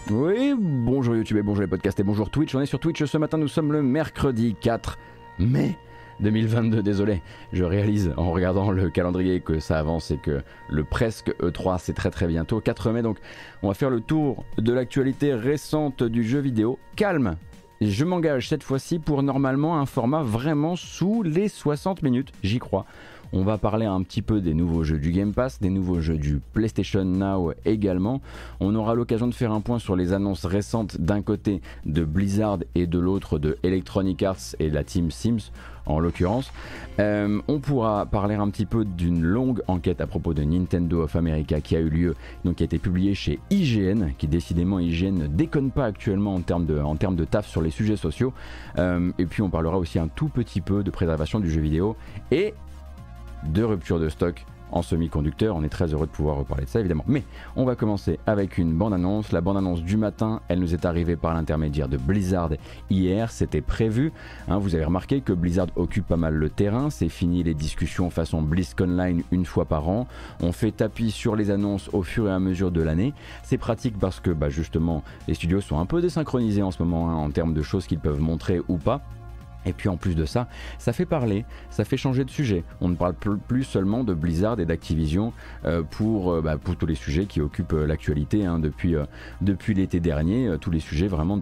Oui, bonjour YouTube et bonjour les podcasts et bonjour Twitch. On est sur Twitch ce matin, nous sommes le mercredi 4 mai 2022. Désolé, je réalise en regardant le calendrier que ça avance et que le presque E3 c'est très bientôt. 4 mai, donc on va faire le tour de l'actualité récente du jeu vidéo. Calme, je m'engage cette fois-ci pour normalement un format vraiment sous les 60 minutes, j'y crois. On va parler un petit peu des nouveaux jeux du Game Pass, des nouveaux jeux du PlayStation Now également. On aura l'occasion de faire un point sur les annonces récentes d'un côté de Blizzard et de l'autre de Electronic Arts et la team Sims en l'occurrence. On pourra parler un petit peu d'une longue enquête à propos de Nintendo of America qui a eu lieu, donc qui a été publiée chez IGN, qui décidément IGN ne déconne pas actuellement en termes de taf sur les sujets sociaux. Et puis on parlera aussi un tout petit peu de préservation du jeu vidéo et de rupture de stock en semi-conducteurs. On est très heureux de pouvoir reparler de ça évidemment. Mais on va commencer avec une bande-annonce. La bande-annonce du matin, elle nous est arrivée par l'intermédiaire de Blizzard hier, c'était prévu. Vous avez remarqué que Blizzard occupe pas mal le terrain. C'est fini les discussions façon BlizzConline une fois par an. On fait tapis sur les annonces au fur et à mesure de l'année. C'est pratique parce que justement les studios sont un peu désynchronisés en ce moment en termes de choses qu'ils peuvent montrer ou pas. Et puis en plus de ça, ça fait parler, ça fait changer de sujet. On ne parle plus seulement de Blizzard et d'Activision pour tous les sujets qui occupent l'actualité depuis l'été dernier, tous les sujets vraiment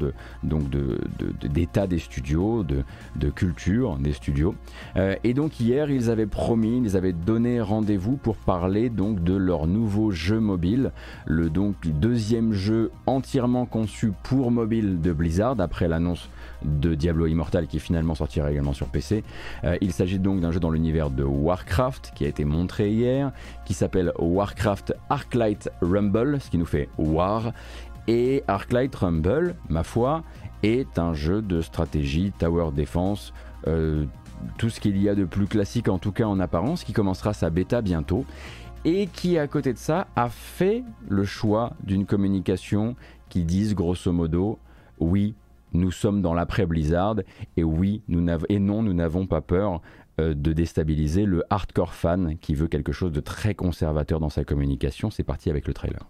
d'état des studios, de culture des studios. Et donc hier, ils avaient promis, ils avaient donné rendez-vous pour parler donc de leur nouveau jeu mobile, le deuxième jeu entièrement conçu pour mobile de Blizzard après l'annonce de Diablo Immortal qui finalement sortira également sur PC. Il s'agit donc d'un jeu dans l'univers de Warcraft qui a été montré hier, qui s'appelle Warcraft Arclight Rumble, ce qui nous fait War. Et Arclight Rumble, ma foi, est un jeu de stratégie, tower defense, tout ce qu'il y a de plus classique en tout cas en apparence, qui commencera sa bêta bientôt. Et qui à côté de ça a fait le choix d'une communication qui dise grosso modo oui, nous sommes dans l'après Blizzard et oui, nous n'avons pas peur de déstabiliser le hardcore fan qui veut quelque chose de très conservateur dans sa communication. C'est parti avec le trailer.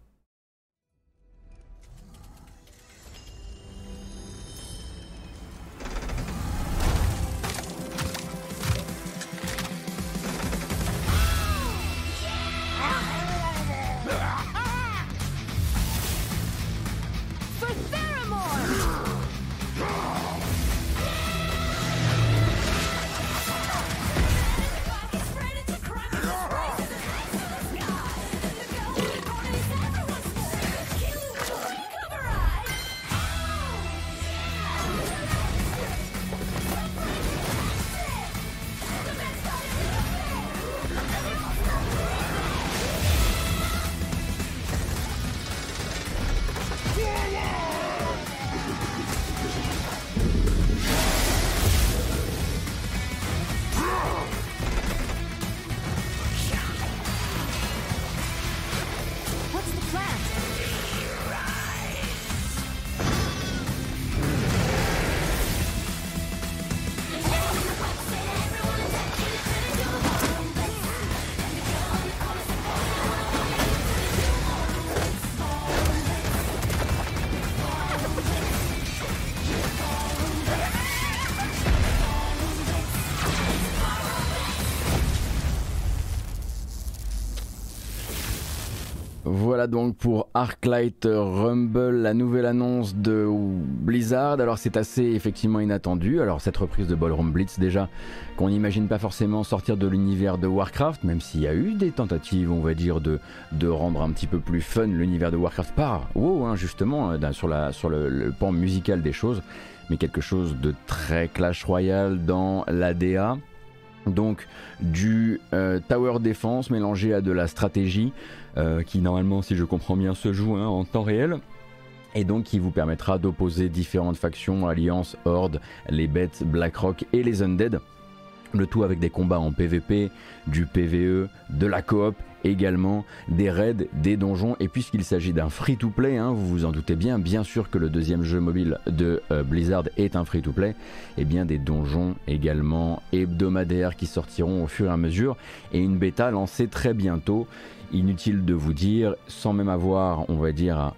Voilà donc pour Arclight Rumble, la nouvelle annonce de Blizzard. Alors c'est assez effectivement inattendu. Alors cette reprise de Ballroom Blitz déjà, qu'on n'imagine pas forcément sortir de l'univers de Warcraft, même s'il y a eu des tentatives, on va dire, de rendre un petit peu plus fun l'univers de Warcraft par WoW, justement, sur le pan musical des choses, mais quelque chose de très Clash Royale dans l'ADA. Donc du Tower Defense mélangé à de la stratégie qui normalement, si je comprends bien, se joue en temps réel. Et donc qui vous permettra d'opposer différentes factions, alliances, hordes, les bêtes, Blackrock et les undead. Le tout avec des combats en PVP, du PVE, de la coop également, des raids, des donjons. Et puisqu'il s'agit d'un free-to-play, vous vous en doutez bien sûr que le deuxième jeu mobile de Blizzard est un free-to-play, et bien des donjons également hebdomadaires qui sortiront au fur et à mesure, et une bêta lancée très bientôt. Inutile de vous dire, sans même avoir, on va dire,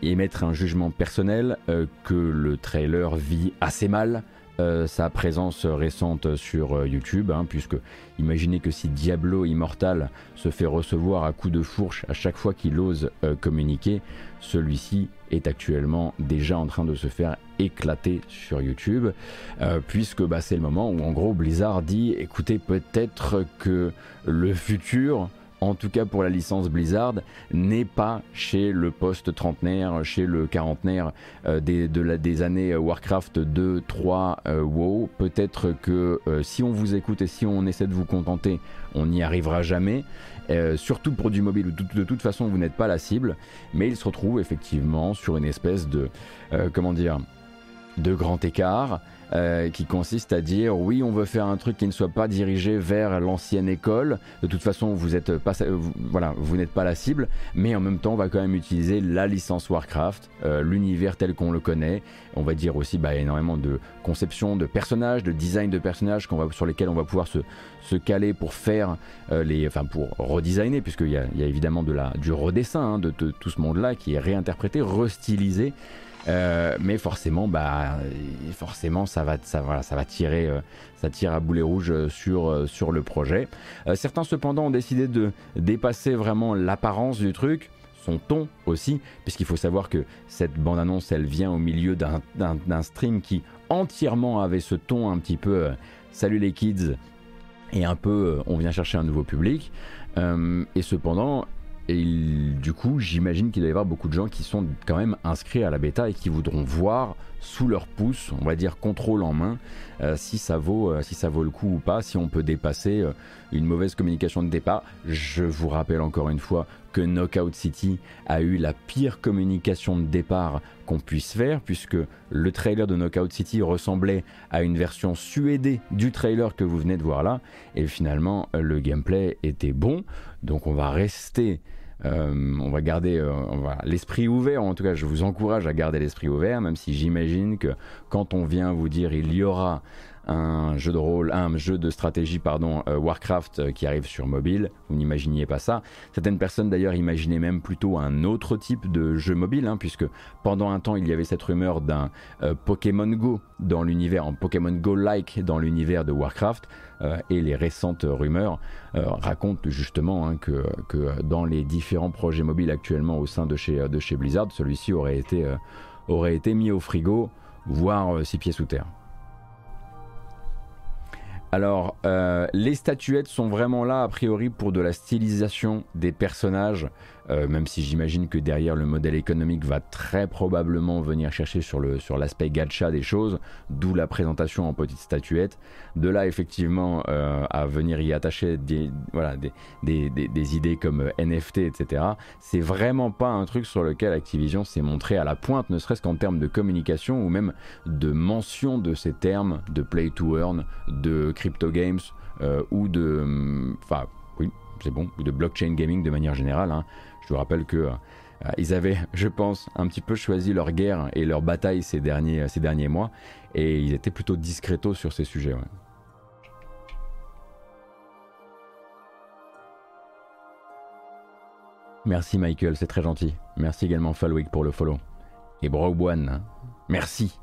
émettre un jugement personnel que le trailer vit assez mal sa présence récente sur YouTube, puisque imaginez que si Diablo Immortal se fait recevoir à coups de fourche à chaque fois qu'il ose communiquer, celui-ci est actuellement déjà en train de se faire éclater sur YouTube, puisque c'est le moment où en gros Blizzard dit écoutez, peut-être que le futur, en tout cas pour la licence Blizzard, n'est pas chez le post-trentenaire, chez le quarantenaire des années Warcraft 2, 3, WoW. Peut-être que si on vous écoute et si on essaie de vous contenter, on n'y arrivera jamais. Surtout pour du mobile où de toute façon vous n'êtes pas la cible. Mais il se retrouve effectivement sur une espèce de... de grand écart. Qui consiste à dire oui, on veut faire un truc qui ne soit pas dirigé vers l'ancienne école, de toute façon vous n'êtes pas la cible, mais en même temps on va quand même utiliser la licence Warcraft, l'univers tel qu'on le connaît. On va dire aussi énormément de conception de personnages, de design de personnages sur lesquels on va pouvoir se caler pour faire pour redesigner, puisqu'il y a évidemment du redessin de tout ce monde là qui est réinterprété, restylisé. Mais forcément, ça va tirer, ça tire à boulet rouge sur le projet. Certains cependant ont décidé de dépasser vraiment l'apparence du truc, son ton aussi, puisqu'il faut savoir que cette bande-annonce, elle vient au milieu d'un stream qui entièrement avait ce ton un petit peu salut les kids et un peu on vient chercher un nouveau public. Et cependant, du coup, j'imagine qu'il doit y avoir beaucoup de gens qui sont quand même inscrits à la bêta et qui voudront voir sous leur pouce, on va dire contrôle en main, si ça vaut le coup ou pas, si on peut dépasser une mauvaise communication de départ. Je vous rappelle encore une fois que Knockout City a eu la pire communication de départ qu'on puisse faire, puisque le trailer de Knockout City ressemblait à une version suédée du trailer que vous venez de voir là, et finalement le gameplay était bon. Donc on va rester, on va garder l'esprit ouvert. En tout cas, je vous encourage à garder l'esprit ouvert, même si j'imagine que quand on vient vous dire il y aura un jeu de stratégie Warcraft qui arrive sur mobile, vous n'imaginiez pas ça. Certaines personnes d'ailleurs imaginaient même plutôt un autre type de jeu mobile, puisque pendant un temps il y avait cette rumeur d'un Pokémon Go dans l'univers, en Pokémon Go-like dans l'univers de Warcraft, et les récentes rumeurs racontent justement que dans les différents projets mobiles actuellement au sein de chez Blizzard, celui-ci aurait été mis au frigo, voire 6 pieds sous terre. Alors, les statuettes sont vraiment là, a priori, pour de la stylisation des personnages, même si j'imagine que derrière le modèle économique va très probablement venir chercher sur l'aspect gacha des choses, d'où la présentation en petites statuettes. De là, effectivement, à venir y attacher des idées comme NFT, etc. C'est vraiment pas un truc sur lequel Activision s'est montré à la pointe, ne serait-ce qu'en termes de communication ou même de mention de ces termes de play to earn, de crypto games ou de ou de blockchain gaming de manière générale. Je vous rappelle que ils avaient, je pense, un petit peu choisi leur guerre et leur bataille ces derniers mois, et ils étaient plutôt discretos sur ces sujets. Ouais. Merci Michael, c'est très gentil. Merci également Falwick pour le follow. Et Browone, merci.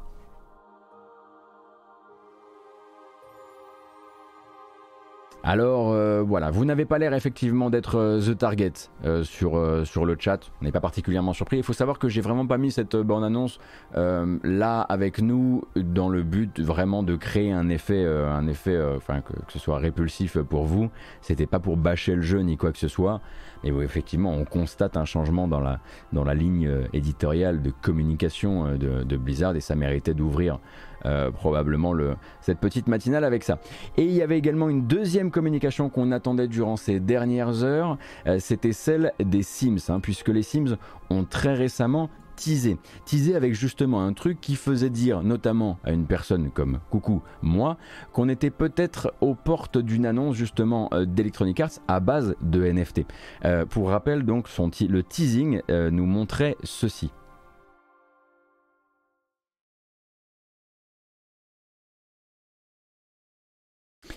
Alors voilà, vous n'avez pas l'air effectivement d'être the target sur le chat, on n'est pas particulièrement surpris. Il faut savoir que j'ai vraiment pas mis cette bande-annonce là avec nous dans le but vraiment de créer un effet que ce soit répulsif pour vous. C'était pas pour bâcher le jeu ni quoi que ce soit. Mais oui, effectivement, on constate un changement dans la ligne éditoriale de communication de Blizzard, et ça méritait d'ouvrir probablement cette petite matinale avec ça. Et il y avait également une deuxième communication qu'on attendait durant ces dernières heures, c'était celle des Sims, puisque les Sims ont très récemment teasé avec justement un truc qui faisait dire notamment à une personne comme Coucou, moi, qu'on était peut-être aux portes d'une annonce justement d'Electronic Arts à base de NFT. Pour rappel, donc, le teasing nous montrait ceci.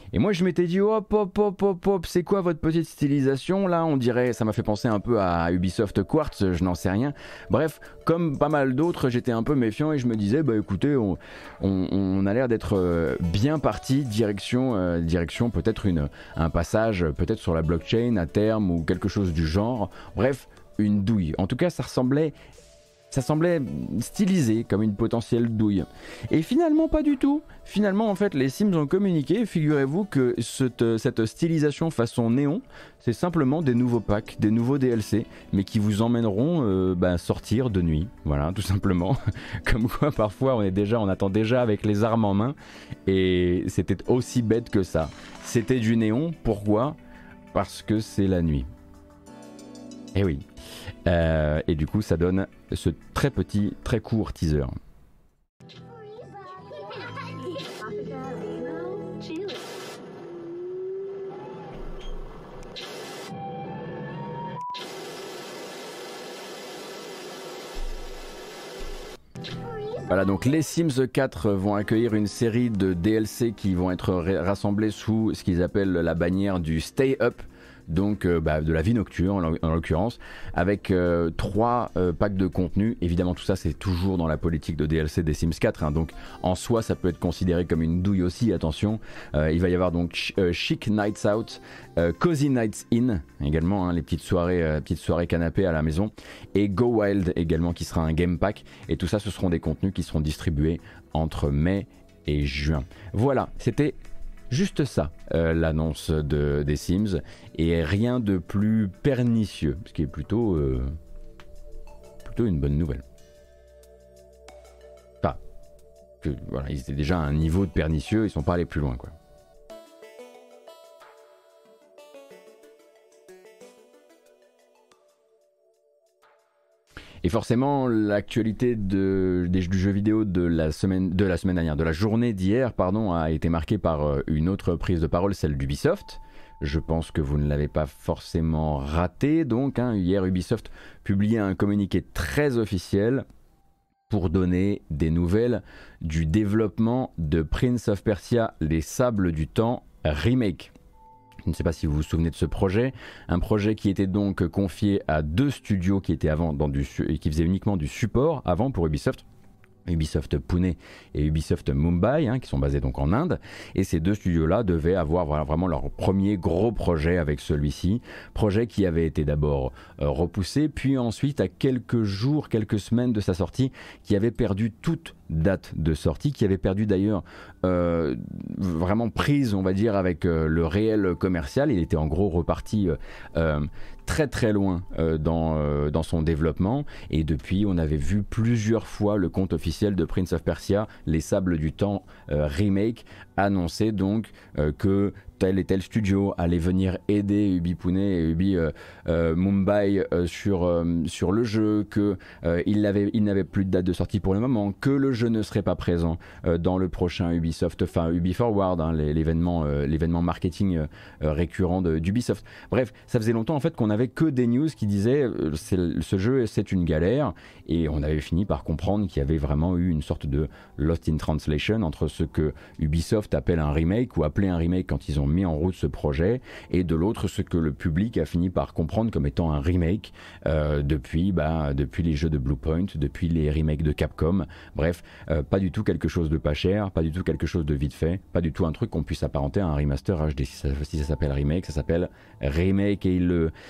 Et moi je m'étais dit hop hop hop hop hop, c'est quoi votre petite stylisation là? On dirait, ça m'a fait penser un peu à Ubisoft Quartz, je n'en sais rien. Bref, comme pas mal d'autres, j'étais un peu méfiant et je me disais bah écoutez, on a l'air d'être bien parti, direction peut-être un passage peut-être sur la blockchain à terme ou quelque chose du genre. Bref, une douille. En tout cas, ça semblait stylisé comme une potentielle douille. Et finalement, pas du tout. Finalement, en fait, les Sims ont communiqué. Figurez-vous que cette stylisation façon néon, c'est simplement des nouveaux packs, des nouveaux DLC, mais qui vous emmèneront sortir de nuit. Voilà, tout simplement. Comme quoi, parfois, on attend déjà avec les armes en main. Et c'était aussi bête que ça. C'était du néon. Pourquoi ? Parce que c'est la nuit. Eh oui. Et du coup, ça donne ce très petit, très court teaser. Voilà, donc les Sims 4 vont accueillir une série de DLC qui vont être rassemblés sous ce qu'ils appellent la bannière du Stay Up. Donc de la vie nocturne en l'occurrence, avec 3 packs de contenu. Évidemment tout ça c'est toujours dans la politique de DLC des Sims 4, hein, donc en soi ça peut être considéré comme une douille aussi, attention. Il va y avoir donc Chic Nights Out, Cozy Nights In également, hein, les petites soirées canapé à la maison, et Go Wild également qui sera un game pack, et tout ça ce seront des contenus qui seront distribués entre mai et juin. Voilà, c'était juste ça, l'annonce des Sims, et rien de plus pernicieux, ce qui est plutôt une bonne nouvelle. Enfin, voilà, ils étaient déjà à un niveau de pernicieux, ils sont pas allés plus loin, quoi. Et forcément, l'actualité du jeu vidéo de la semaine dernière, de la journée d'hier, pardon, a été marquée par une autre prise de parole, celle d'Ubisoft. Je pense que vous ne l'avez pas forcément raté. Donc, hein, hier, Ubisoft publiait un communiqué très officiel pour donner des nouvelles du développement de Prince of Persia, Les Sables du Temps Remake. Je ne sais pas si vous vous souvenez de ce projet, un projet qui était donc confié à 2 studios qui étaient avant et qui faisaient uniquement du support avant pour Ubisoft. Ubisoft Pune et Ubisoft Mumbai, hein, qui sont basés donc en Inde, et ces 2 studios-là devaient avoir vraiment leur premier gros projet avec celui-ci, projet qui avait été d'abord repoussé, puis ensuite à quelques jours, quelques semaines de sa sortie, qui avait perdu toute date de sortie, qui avait perdu d'ailleurs vraiment prise, on va dire, avec le réel commercial. Il était en gros reparti très très loin dans son développement, et depuis on avait vu plusieurs fois le compte officiel de Prince of Persia, Les Sables du Temps Remake, annoncer donc que tel et tel studio allait venir aider Ubi Pune et Ubi Mumbai sur le jeu, qu'il n'avait plus de date de sortie pour le moment, que le jeu ne serait pas présent dans le prochain Ubisoft, enfin Ubi Forward, hein, l'événement marketing récurrent d'Ubisoft. Bref, ça faisait longtemps en fait qu'on n'avait que des news qui disaient ce jeu c'est une galère, et on avait fini par comprendre qu'il y avait vraiment eu une sorte de lost in translation entre ce que Ubisoft appelle un remake, ou appelait un remake quand ils ont mis en route ce projet, et de l'autre ce que le public a fini par comprendre comme étant un remake depuis les jeux de Bluepoint, depuis les remakes de Capcom. Bref, pas du tout quelque chose de pas cher, pas du tout quelque chose de vite fait, pas du tout un truc qu'on puisse apparenter à un remaster HD. Si ça s'appelle remake, ça s'appelle remake, et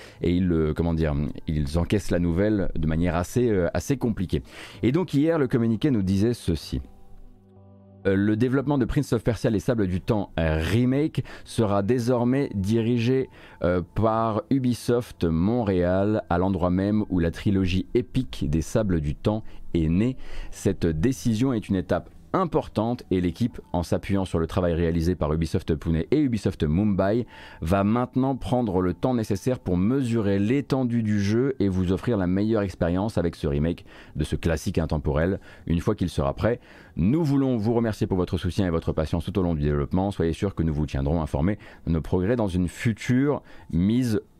ils encaissent la nouvelle de manière assez compliquée. Et donc hier, le communiqué nous disait ceci. Le développement de Prince of Persia, Les Sables du Temps Remake sera désormais dirigé par Ubisoft Montréal, à l'endroit même où la trilogie épique des Sables du Temps est née. Cette décision est une étape importante, et l'équipe, en s'appuyant sur le travail réalisé par Ubisoft Pune et Ubisoft Mumbai, va maintenant prendre le temps nécessaire pour mesurer l'étendue du jeu et vous offrir la meilleure expérience avec ce remake de ce classique intemporel une fois qu'il sera prêt. Nous voulons vous remercier pour votre soutien et votre patience tout au long du développement. Soyez sûr que nous vous tiendrons informés de nos progrès dans une future mise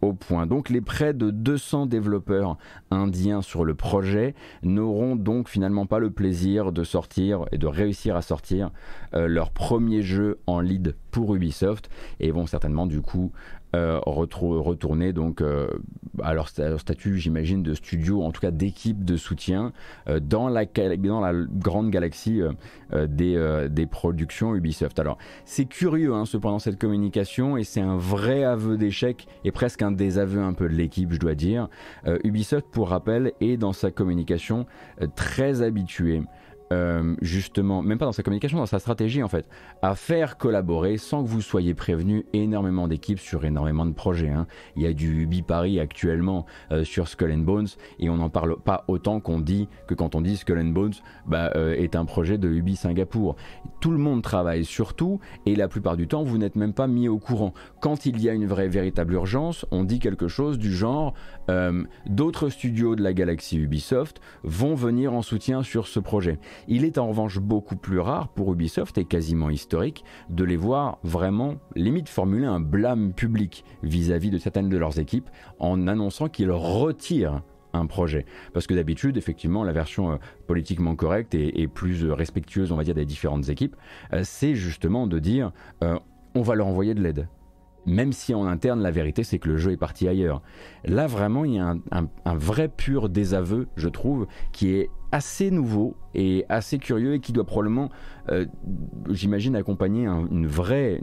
au point. Donc les près de 200 développeurs indiens sur le projet n'auront donc finalement pas le plaisir de sortir et de réussir à sortir leur premier jeu en lead pour Ubisoft et vont certainement du coup retourner donc à leur statut, j'imagine, de studio, en tout cas d'équipe de soutien dans la grande galaxie des productions Ubisoft. Alors c'est curieux cependant cette communication et c'est un vrai aveu d'échec et presque un désaveu un peu de l'équipe, je dois dire. Ubisoft, pour rappel, est dans sa communication très habitué justement, même pas dans sa communication, dans sa stratégie en fait, à faire collaborer sans que vous soyez prévenu énormément d'équipes sur énormément de projets. Il y a du Ubi Paris actuellement sur Skull and Bones et on n'en parle pas autant qu'on dit que quand on dit Skull and Bones est un projet de Ubi Singapour. Tout le monde travaille sur tout et la plupart du temps vous n'êtes même pas mis au courant. Quand il y a une véritable urgence, on dit quelque chose du genre d'autres studios de la galaxie Ubisoft vont venir en soutien sur ce projet. Il est en revanche beaucoup plus rare pour Ubisoft et quasiment historique de les voir vraiment limite formuler un blâme public vis-à-vis de certaines de leurs équipes en annonçant qu'ils retirent un projet. Parce que d'habitude, effectivement, la version politiquement correcte et plus respectueuse, on va dire, des différentes équipes, c'est justement de dire on va leur envoyer de l'aide. Même si en interne, la vérité, c'est que le jeu est parti ailleurs. Là, vraiment, il y a un vrai pur désaveu, je trouve, qui est assez nouveau et assez curieux et qui doit probablement, j'imagine, accompagner une vraie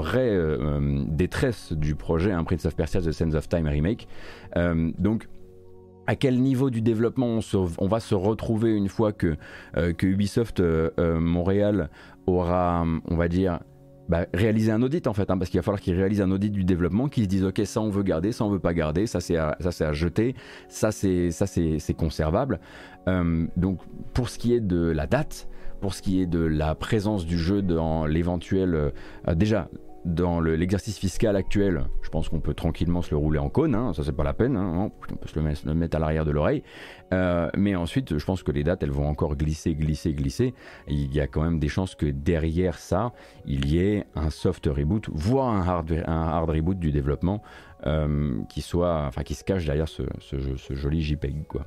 détresse du projet, Prince of Persia The Sands of Time Remake. Donc, à quel niveau du développement on va se retrouver une fois que Ubisoft Montréal aura, on va dire, réaliser un audit en fait, parce qu'il va falloir qu'ils réalisent un audit du développement, qu'ils se disent ok, ça on veut garder, ça on veut pas garder, ça c'est à jeter, ça c'est conservable. Donc pour ce qui est de la date, pour ce qui est de la présence du jeu dans l'éventuel déjà dans l'exercice fiscal actuel, je pense qu'on peut tranquillement se le rouler en cône, ça c'est pas la peine, on peut se le mettre à l'arrière de l'oreille. Mais ensuite, je pense que les dates, elles vont encore glisser. Et il y a quand même des chances que derrière ça, il y ait un soft reboot, voire un hard reboot du développement qui se cache derrière ce joli JPEG, quoi.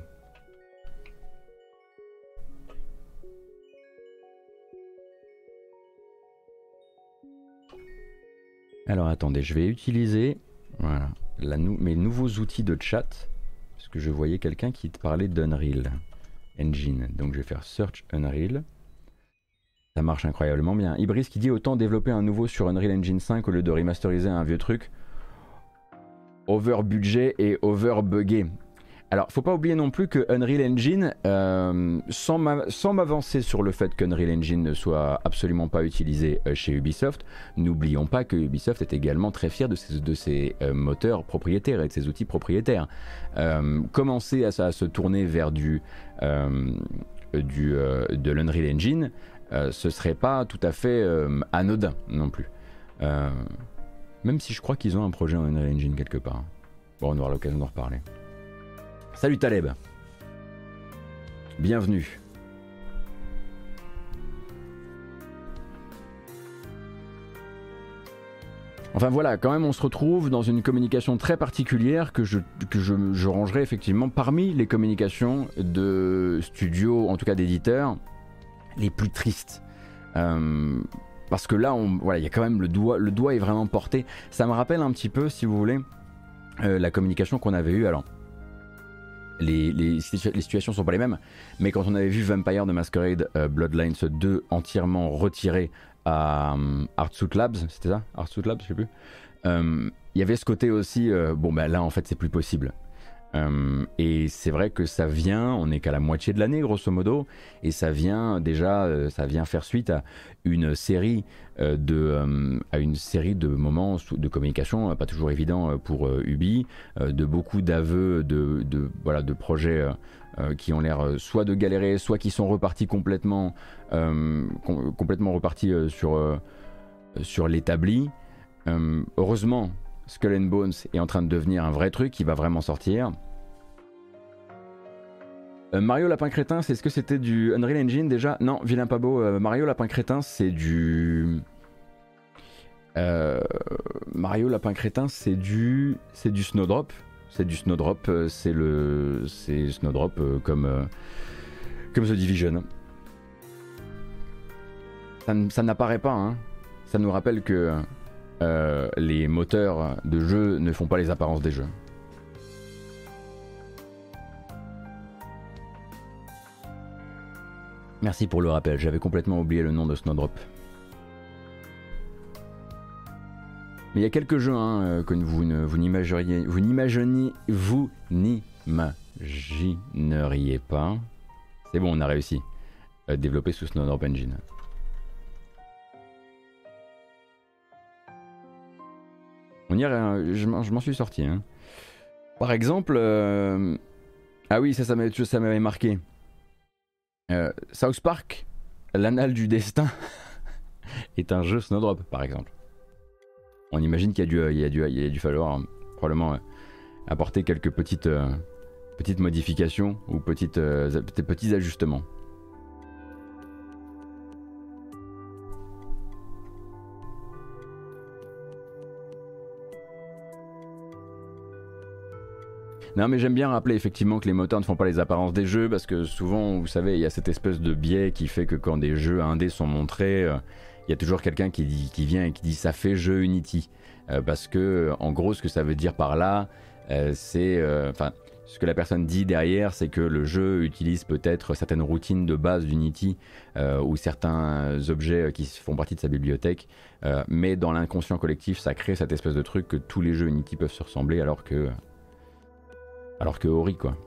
Alors attendez, je vais utiliser mes nouveaux outils de chat, parce que je voyais quelqu'un qui te parlait d'Unreal Engine. Donc je vais faire Search Unreal. Ça marche incroyablement bien. Ibris qui dit autant développer un nouveau sur Unreal Engine 5 au lieu de remasteriser un vieux truc. Over budget et over buggé. Alors, faut pas oublier non plus que Unreal Engine, sans m'avancer sur le fait qu'Unreal Engine ne soit absolument pas utilisé chez Ubisoft, n'oublions pas que Ubisoft est également très fier de ses moteurs propriétaires et de ses outils propriétaires. Commencer à se tourner vers de l'Unreal Engine, ce serait pas tout à fait anodin non plus. Même si je crois qu'ils ont un projet en Unreal Engine quelque part. Bon, on aura l'occasion d'en reparler. Salut Taleb, bienvenue. Enfin voilà, quand même on se retrouve dans une communication très particulière que je rangerai effectivement parmi les communications de studios, en tout cas d'éditeurs, les plus tristes. Parce que là, il y a quand même le doigt est vraiment porté. Ça me rappelle un petit peu, si vous voulez, la communication qu'on avait eue. Alors, les situations sont pas les mêmes, mais quand on avait vu Vampire the Masquerade Bloodlines 2 entièrement retiré à Artsuit Labs, c'était ça, Artsuit Labs, je sais plus, il y avait ce côté aussi, là en fait c'est plus possible. Et c'est vrai que ça vient, on n'est qu'à la moitié de l'année grosso modo, et ça vient faire suite à une série de moments de communication pas toujours évidents pour Ubi, de beaucoup d'aveux de projets qui ont l'air soit de galérer, soit qui sont repartis complètement repartis sur l'établi. Heureusement, Skull and Bones est en train de devenir un vrai truc qui va vraiment sortir. Mario Lapin Crétin, est-ce que c'était du Unreal Engine déjà? Non, vilain pas beau. Mario Lapin Crétin, c'est du... Mario Lapin Crétin, c'est du Snowdrop. C'est du Snowdrop, c'est Snowdrop comme The Division. Ça n'apparaît pas, hein. Ça nous rappelle que les moteurs de jeu ne font pas les apparences des jeux. Merci pour le rappel, j'avais complètement oublié le nom de Snowdrop. Mais il y a quelques jeux hein, que vous n'imagineriez pas. C'est bon, on a réussi à développer sous Snowdrop Engine. On y a, je m'en suis sorti. Hein. Par exemple, ah oui, ça m'avait marqué. South Park, l'anal du destin, est un jeu Snowdrop, par exemple. On imagine qu'il y a dû falloir probablement apporter quelques petites modifications ou petits ajustements. Non mais j'aime bien rappeler effectivement que les moteurs ne font pas les apparences des jeux parce que souvent, vous savez, il y a cette espèce de biais qui fait que quand des jeux indés sont montrés, il y a toujours quelqu'un qui vient et qui dit ça fait jeu Unity. Parce que en gros ce que ça veut dire par là, c'est... ce que la personne dit derrière, c'est que le jeu utilise peut-être certaines routines de base d'Unity ou certains objets qui font partie de sa bibliothèque, mais dans l'inconscient collectif, ça crée cette espèce de truc que tous les jeux Unity peuvent se ressembler alors que Ori quoi.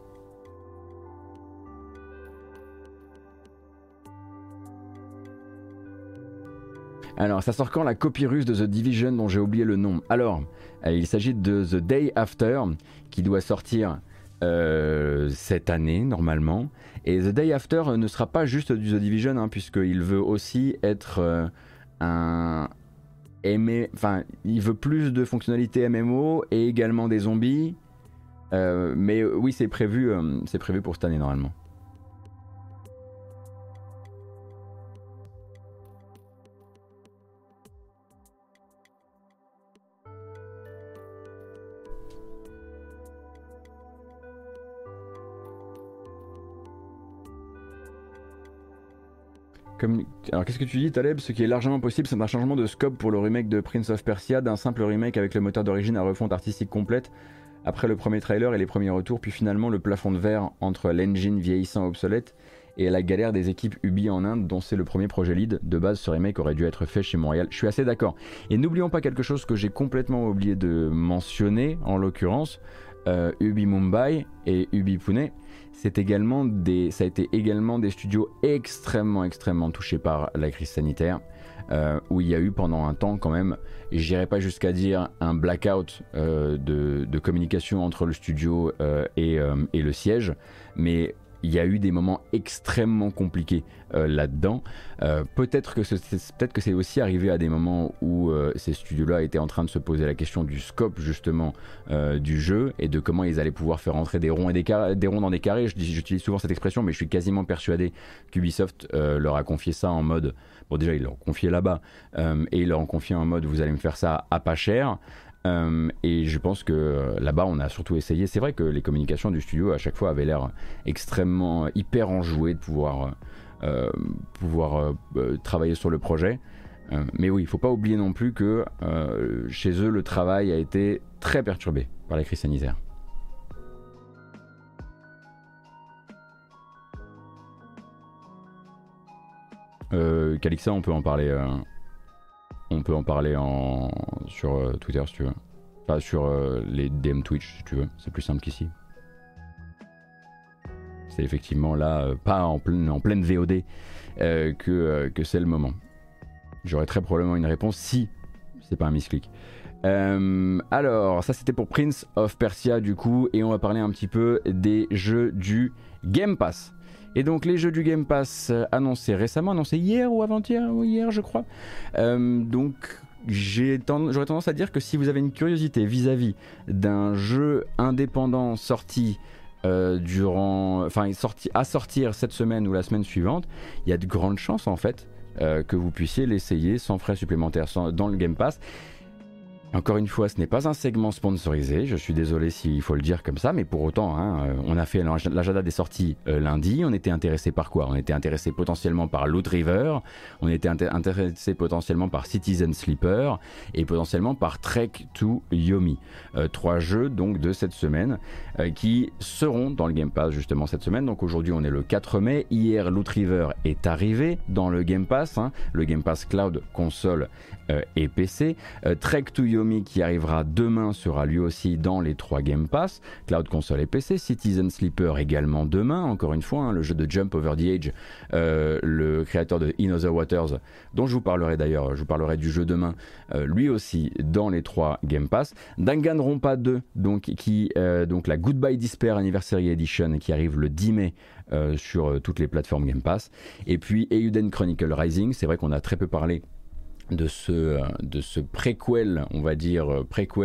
Alors, ça sort quand la copie russe de The Division dont j'ai oublié le nom? Alors, il s'agit de The Day After qui doit sortir cette année normalement. Et The Day After ne sera pas juste du The Division hein, puisqu'il veut aussi être il veut plus de fonctionnalités MMO et également des zombies. Mais oui, c'est prévu pour cette année normalement. Alors qu'est-ce que tu dis Taleb? Ce qui est largement possible, c'est un changement de scope pour le remake de Prince of Persia, d'un simple remake avec le moteur d'origine à refonte artistique complète, après le premier trailer et les premiers retours, puis finalement le plafond de verre entre l'engine vieillissant obsolète et la galère des équipes Ubi en Inde, dont c'est le premier projet lead. De base, ce remake aurait dû être fait chez Montréal. Je suis assez d'accord. Et n'oublions pas quelque chose que j'ai complètement oublié de mentionner, en l'occurrence, Ubi Mumbai et Ubi Pune. Ça a été également des studios extrêmement touchés par la crise sanitaire, où il y a eu pendant un temps quand même, et j'irai pas jusqu'à dire un blackout de communication entre le studio et le siège, mais il y a eu des moments extrêmement compliqués là-dedans. Peut-être que c'est aussi arrivé à des moments où ces studios-là étaient en train de se poser la question du scope justement du jeu et de comment ils allaient pouvoir faire entrer des ronds dans des carrés. J'utilise souvent cette expression, mais je suis quasiment persuadé qu'Ubisoft leur a confié ça en mode... Bon déjà ils l'ont confié là-bas et ils leur ont confié en mode vous allez me faire ça à pas cher. Et je pense que là-bas on a surtout essayé, c'est vrai que les communications du studio à chaque fois avaient l'air extrêmement hyper enjouées de pouvoir travailler sur le projet, mais oui, il ne faut pas oublier non plus que chez eux le travail a été très perturbé par la crise sanitaire. Calixa, on peut en parler sur Twitter si tu veux. Enfin sur les DM Twitch si tu veux, c'est plus simple qu'ici. C'est effectivement là, pas en pleine VOD que c'est le moment. J'aurais très probablement une réponse si c'est pas un misclick. Alors, ça c'était pour Prince of Persia du coup, et on va parler un petit peu des jeux du Game Pass. Et donc les jeux du Game Pass annoncés récemment, annoncés hier ou avant-hier, ou hier je crois. Donc j'aurais tendance à dire que si vous avez une curiosité vis-à-vis d'un jeu indépendant sorti à sortir cette semaine ou la semaine suivante, il y a de grandes chances en fait que vous puissiez l'essayer sans frais supplémentaires dans le Game Pass. Encore une fois, ce n'est pas un segment sponsorisé, je suis désolé s'il faut le dire comme ça, mais pour autant, on a fait l'agenda des sorties lundi, on était intéressé par quoi? On était intéressé potentiellement par Loot River, on était intéressé potentiellement par Citizen Sleeper et potentiellement par Trek to Yomi. 3 jeux donc de cette semaine qui seront dans le Game Pass justement cette semaine. Donc aujourd'hui on est le 4 mai, hier Loot River est arrivé dans le Game Pass, le Game Pass Cloud, console et PC. Trek to Yomi qui arrivera demain sera lui aussi dans les 3 Game Pass, Cloud, console et PC. Citizen Sleeper également demain, encore une fois, le jeu de Jump Over the Edge, le créateur de In Other Waters, dont je vous parlerai d'ailleurs, je vous parlerai du jeu demain, lui aussi dans les 3 Game Pass. Danganronpa 2, donc la Goodbye Despair Anniversary Edition qui arrive le 10 mai sur toutes les plateformes Game Pass. Et puis Eiyuden Chronicle Rising, c'est vrai qu'on a très peu parlé de ce préquel, on va dire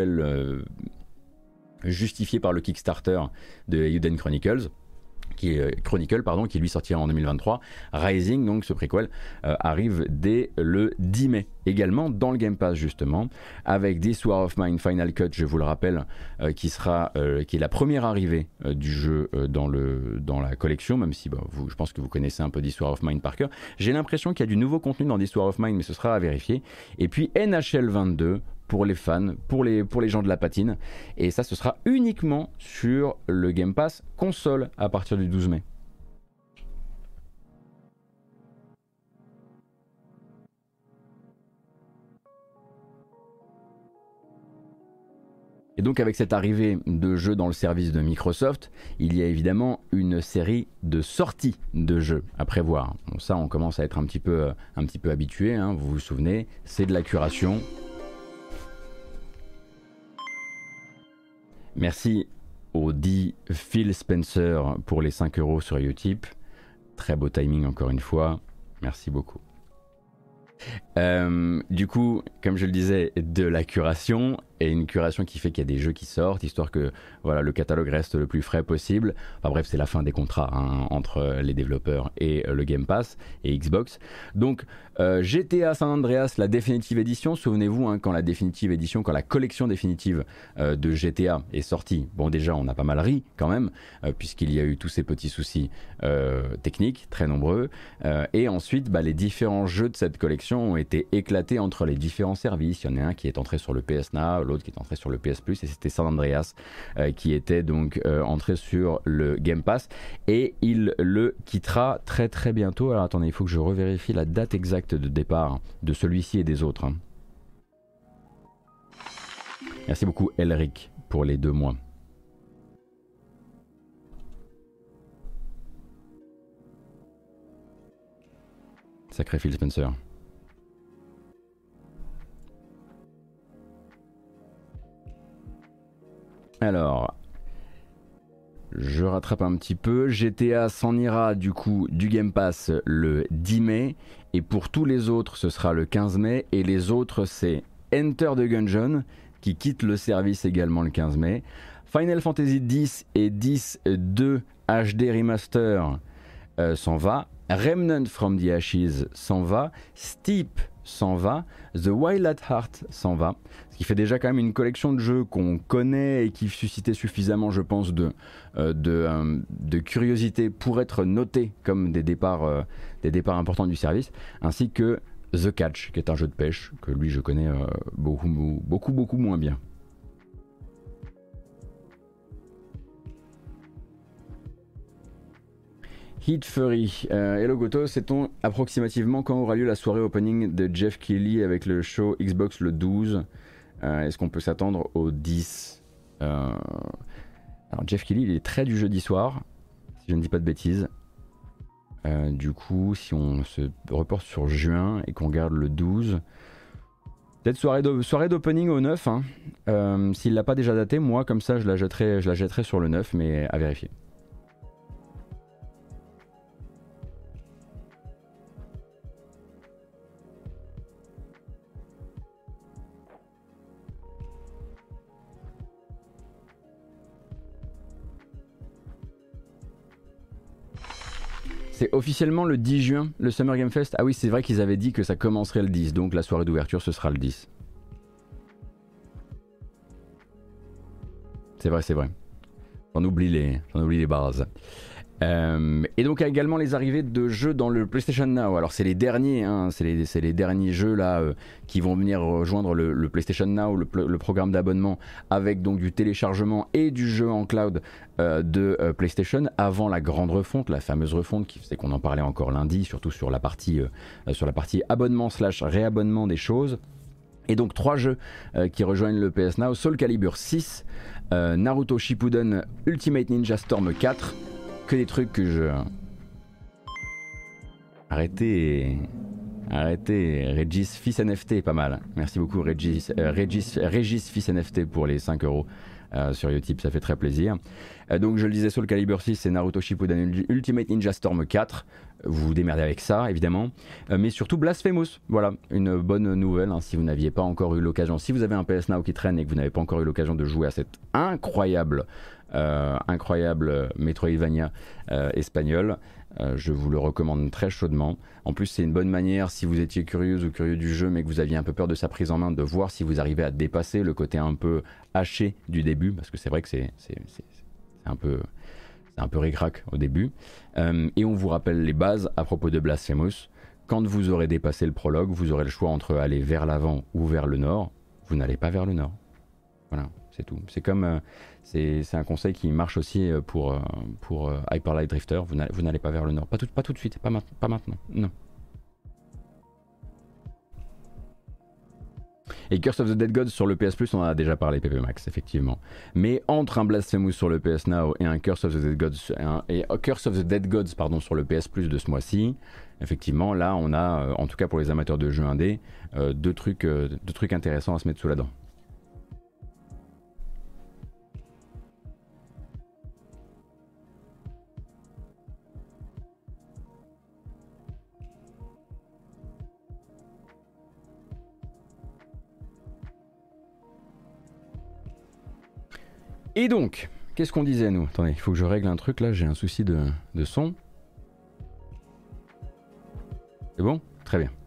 justifié par le Kickstarter de Eiyuden Chronicles, qui lui sortira en 2023. Rising, donc ce préquel, arrive dès le 10 mai, également dans le Game Pass justement, avec This War of Mine Final Cut, je vous le rappelle, qui est la première arrivée du jeu dans la collection, même si je pense que vous connaissez un peu This War of Mine par cœur. J'ai l'impression qu'il y a du nouveau contenu dans This War of Mine, mais ce sera à vérifier. Et puis NHL 22, pour les fans, pour les gens de la patine, et ça ce sera uniquement sur le Game Pass console à partir du 12 mai. Et donc avec cette arrivée de jeux dans le service de Microsoft, il y a évidemment une série de sorties de jeux à prévoir. Bon, ça on commence à être un petit peu habitué, vous vous souvenez, c'est de la curation. Merci au dit Phil Spencer pour les 5 € sur Utip. Très beau timing encore une fois. Merci beaucoup. Du coup, comme je le disais, de la curation, et une curation qui fait qu'il y a des jeux qui sortent, histoire que le catalogue reste le plus frais possible. Enfin bref, c'est la fin des contrats entre les développeurs et le Game Pass et Xbox. Donc GTA San Andreas, la Definitive Edition, souvenez-vous, quand la collection définitive de GTA est sortie, bon déjà on a pas mal ri quand même, puisqu'il y a eu tous ces petits soucis techniques, très nombreux, et ensuite les différents jeux de cette collection ont été éclatés entre les différents services. Il y en a un qui est entré sur le PS Now, l'autre qui est entré sur le PS Plus, et c'était San Andreas qui était donc entré sur le Game Pass, et il le quittera très très bientôt. Alors attendez, il faut que je revérifie la date exacte de départ de celui-ci et des autres. Merci beaucoup Elric pour les 2 mois. Sacré Phil Spencer. Alors, je rattrape un petit peu. GTA s'en ira du coup du Game Pass le 10 mai. Et pour tous les autres, ce sera le 15 mai. Et les autres, c'est Enter the Gungeon, qui quitte le service également le 15 mai. Final Fantasy X et X-2 HD Remaster s'en va. Remnant from the Ashes s'en va. Steep s'en va. The Wild at Heart s'en va. Ce qui fait déjà quand même une collection de jeux qu'on connaît et qui suscitait suffisamment, je pense, de curiosité pour être notés comme des départs importants du service, ainsi que The Catch, qui est un jeu de pêche que lui je connais beaucoup moins bien. Heat Fury, hello Goto, sait-on approximativement quand aura lieu la soirée opening de Jeff Keighley avec le show Xbox le 12? Est-ce qu'on peut s'attendre au 10? Alors Jeff Keighley, il est très du jeudi soir, si je ne dis pas de bêtises. Du coup, si on se reporte sur juin et qu'on regarde le 12, peut-être soirée d'opening au 9. S'il l'a pas déjà daté, moi comme ça je la jetterai sur le 9, mais à vérifier. C'est officiellement le 10 juin, le Summer Game Fest. Ah oui, c'est vrai qu'ils avaient dit que ça commencerait le 10, donc la soirée d'ouverture ce sera le 10. C'est vrai, c'est vrai. J'en oublie les bases. Et donc également les arrivées de jeux dans le PlayStation Now. Alors c'est les derniers, hein, c'est les derniers jeux là qui vont venir rejoindre le PlayStation Now, le programme d'abonnement, avec donc du téléchargement et du jeu en cloud de PlayStation, avant la grande refonte, la fameuse refonte qui faisait qu'on en parlait encore lundi, surtout sur la partie abonnement / réabonnement des choses. Et donc 3 jeux qui rejoignent le PS Now: Soul Calibur 6, Naruto Shippuden Ultimate Ninja Storm 4. Que des trucs que je... Arrêtez, Régis Fils NFT, pas mal. Merci beaucoup Régis Fils NFT pour les 5 euros sur Utip, ça fait très plaisir. Donc je le disais, Soul Calibur 6 et Naruto Shippuden Ultimate Ninja Storm 4. Vous vous démerdez avec ça, évidemment. Mais surtout Blasphemous, voilà, une bonne nouvelle, hein, si vous n'aviez pas encore eu l'occasion, si vous avez un PS Now qui traîne et que vous n'avez pas encore eu l'occasion de jouer à cette incroyable Metroidvania espagnol, je vous le recommande très chaudement. En plus, c'est une bonne manière, si vous étiez curieuse ou curieux du jeu mais que vous aviez un peu peur de sa prise en main, de voir si vous arrivez à dépasser le côté un peu haché du début, parce que c'est vrai que c'est un peu ric-rac au début. Et on vous rappelle les bases à propos de Blasphemous. Quand vous aurez dépassé le prologue, vous aurez le choix entre aller vers l'avant ou vers le nord. Vous n'allez pas vers le nord. Voilà, c'est tout. C'est comme... c'est un conseil qui marche aussi pour Hyper Light Drifter. Vous n'allez pas vers le nord. Pas tout de suite, pas maintenant. Non. Et Curse of the Dead Gods sur le PS Plus, on en a déjà parlé, PP Max, effectivement. Mais entre un Blasphemous sur le PS Now et un Curse of the Dead Gods, sur le PS Plus de ce mois-ci, effectivement, là, on a, en tout cas pour les amateurs de jeux indés, deux trucs intéressants à se mettre sous la dent. Et donc, qu'est-ce qu'on disait nous? Attendez, il faut que je règle un truc là, j'ai un souci de son. C'est bon? Très bien.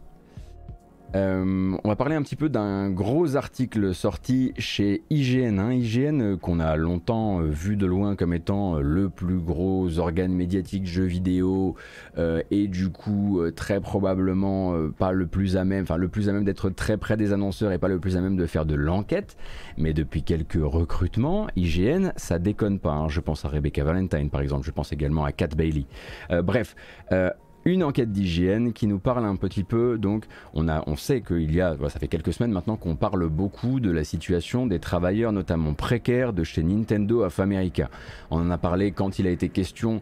On va parler un petit peu d'un gros article sorti chez IGN. IGN qu'on a longtemps vu de loin comme étant le plus gros organe médiatique jeux vidéo et du coup très probablement pas le plus à même, enfin le plus à même d'être très près des annonceurs et pas le plus à même de faire de l'enquête. Mais depuis quelques recrutements, IGN ça déconne pas. Hein. Je pense à Rebecca Valentine par exemple, je pense également à Kat Bailey. Bref. Une enquête d'IGN qui nous parle un petit peu, donc on sait qu'il y a, ça fait quelques semaines maintenant qu'on parle beaucoup de la situation des travailleurs notamment précaires de chez Nintendo of America. On en a parlé quand il a été question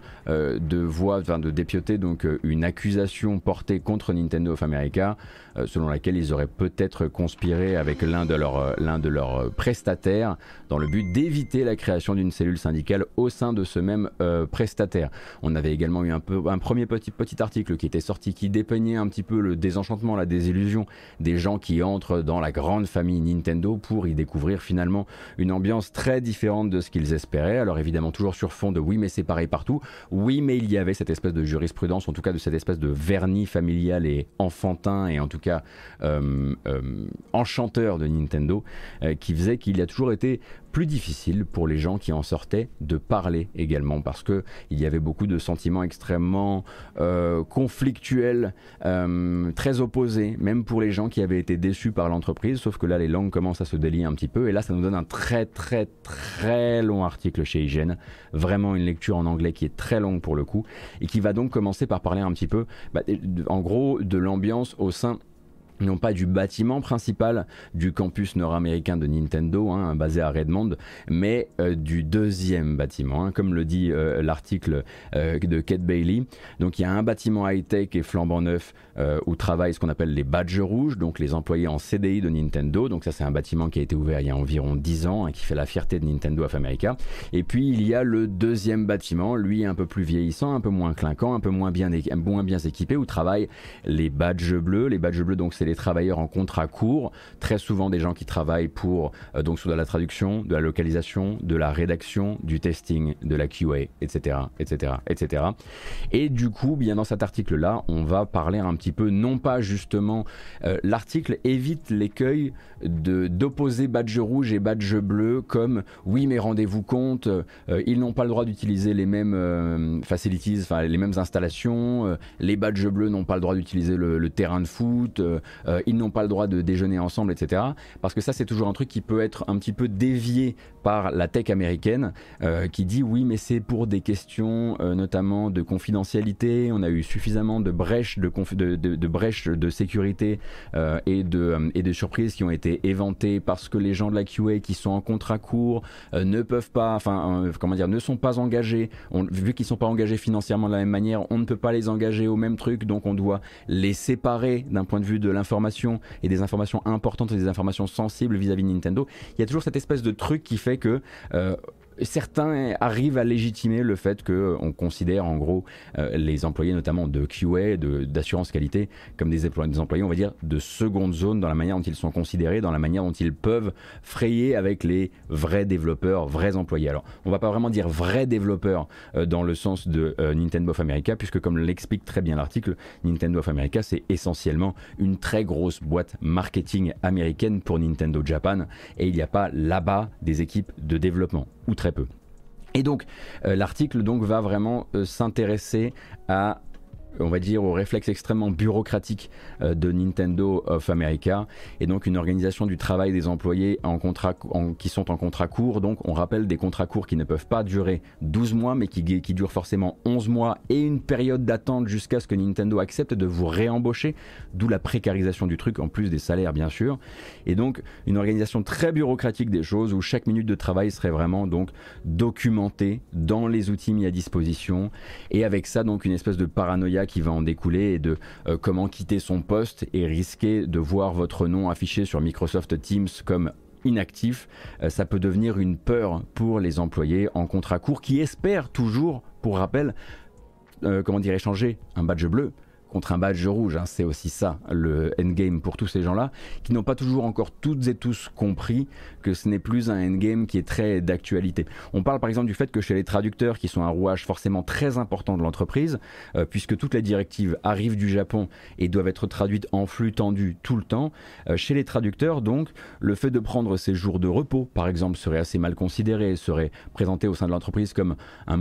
de dépioter donc une accusation portée contre Nintendo of America selon laquelle ils auraient peut-être conspiré avec l'un de leurs prestataires dans le but d'éviter la création d'une cellule syndicale au sein de ce même prestataire. On avait également eu un premier petit article qui était sorti qui dépeignait un petit peu le désenchantement, la désillusion des gens qui entrent dans la grande famille Nintendo pour y découvrir finalement une ambiance très différente de ce qu'ils espéraient. Alors évidemment toujours sur fond de oui mais c'est pareil partout, oui mais il y avait cette espèce de jurisprudence, en tout cas de cette espèce de vernis familial et enfantin et en tout cas enchanteur de Nintendo qui faisait qu'il a toujours été plus difficile pour les gens qui en sortaient de parler également parce que il y avait beaucoup de sentiments extrêmement conflictuels, très opposés, même pour les gens qui avaient été déçus par l'entreprise, sauf que là les langues commencent à se délier un petit peu et là ça nous donne un très long article chez IGN, vraiment une lecture en anglais qui est très longue pour le coup et qui va donc commencer par parler un petit peu en gros de l'ambiance au sein non pas du bâtiment principal du campus nord-américain de Nintendo, basé à Redmond, mais du deuxième bâtiment, comme le dit l'article de Kate Bailey. Donc il y a un bâtiment high-tech et flambant neuf où travaillent ce qu'on appelle les badges rouges, donc les employés en CDI de Nintendo. Donc ça c'est un bâtiment qui a été ouvert il y a environ 10 ans et qui fait la fierté de Nintendo of America. Et puis il y a le deuxième bâtiment, lui un peu plus vieillissant, un peu moins clinquant, un peu moins bien équipé, où travaillent les badges bleus. Les badges bleus, donc c'est des travailleurs en contrat court, très souvent des gens qui travaillent pour donc sur de la traduction, de la localisation, de la rédaction, du testing, de la QA, etc., etc., etc. Et du coup, bien dans cet article-là, on va parler un petit peu, non pas justement, l'article évite l'écueil d'opposer badge rouge et badge bleu comme oui mais rendez-vous compte, ils n'ont pas le droit d'utiliser les mêmes facilities, enfin les mêmes installations, les badges bleus n'ont pas le droit d'utiliser le terrain de foot, ils n'ont pas le droit de déjeuner ensemble, etc. Parce que ça c'est toujours un truc qui peut être un petit peu dévié par la tech américaine qui dit oui mais c'est pour des questions notamment de confidentialité, on a eu suffisamment de brèches de brèches de sécurité et de surprises qui ont été éventées parce que les gens de la QA qui sont en contrat court ne peuvent pas, ne sont pas engagés, vu qu'ils ne sont pas engagés financièrement de la même manière, on ne peut pas les engager au même truc, donc on doit les séparer d'un point de vue de l'information et des informations importantes et des informations sensibles vis-à-vis de Nintendo. Il y a toujours cette espèce de truc qui fait que certains arrivent à légitimer le fait qu'on considère en gros les employés notamment de QA, d'assurance qualité, comme des employés on va dire de seconde zone dans la manière dont ils sont considérés, dans la manière dont ils peuvent frayer avec les vrais développeurs, vrais employés. Alors on va pas vraiment dire vrais développeurs dans le sens de Nintendo of America, puisque comme l'explique très bien l'article, Nintendo of America c'est essentiellement une très grosse boîte marketing américaine pour Nintendo Japan, et il n'y a pas là-bas des équipes de développement, ou très peu. Et donc l'article donc va vraiment s'intéresser à, on va dire, au réflexe extrêmement bureaucratique de Nintendo of America, et donc une organisation du travail des employés qui sont en contrat court. Donc on rappelle des contrats courts qui ne peuvent pas durer 12 mois mais qui durent forcément 11 mois et une période d'attente jusqu'à ce que Nintendo accepte de vous réembaucher, d'où la précarisation du truc en plus des salaires bien sûr. Et donc une organisation très bureaucratique des choses où chaque minute de travail serait vraiment donc documentée dans les outils mis à disposition, et avec ça donc une espèce de paranoïa qui va en découler, et de comment quitter son poste et risquer de voir votre nom affiché sur Microsoft Teams comme inactif. Ça peut devenir une peur pour les employés en contrat court qui espèrent toujours, pour rappel, échanger un badge bleu contre un badge rouge, hein. C'est aussi ça le endgame pour tous ces gens-là qui n'ont pas toujours encore toutes et tous compris que ce n'est plus un endgame qui est très d'actualité. On parle par exemple du fait que chez les traducteurs, qui sont un rouage forcément très important de l'entreprise, puisque toutes les directives arrivent du Japon et doivent être traduites en flux tendu tout le temps, chez les traducteurs donc le fait de prendre ces jours de repos par exemple serait assez mal considéré, serait présenté au sein de l'entreprise comme une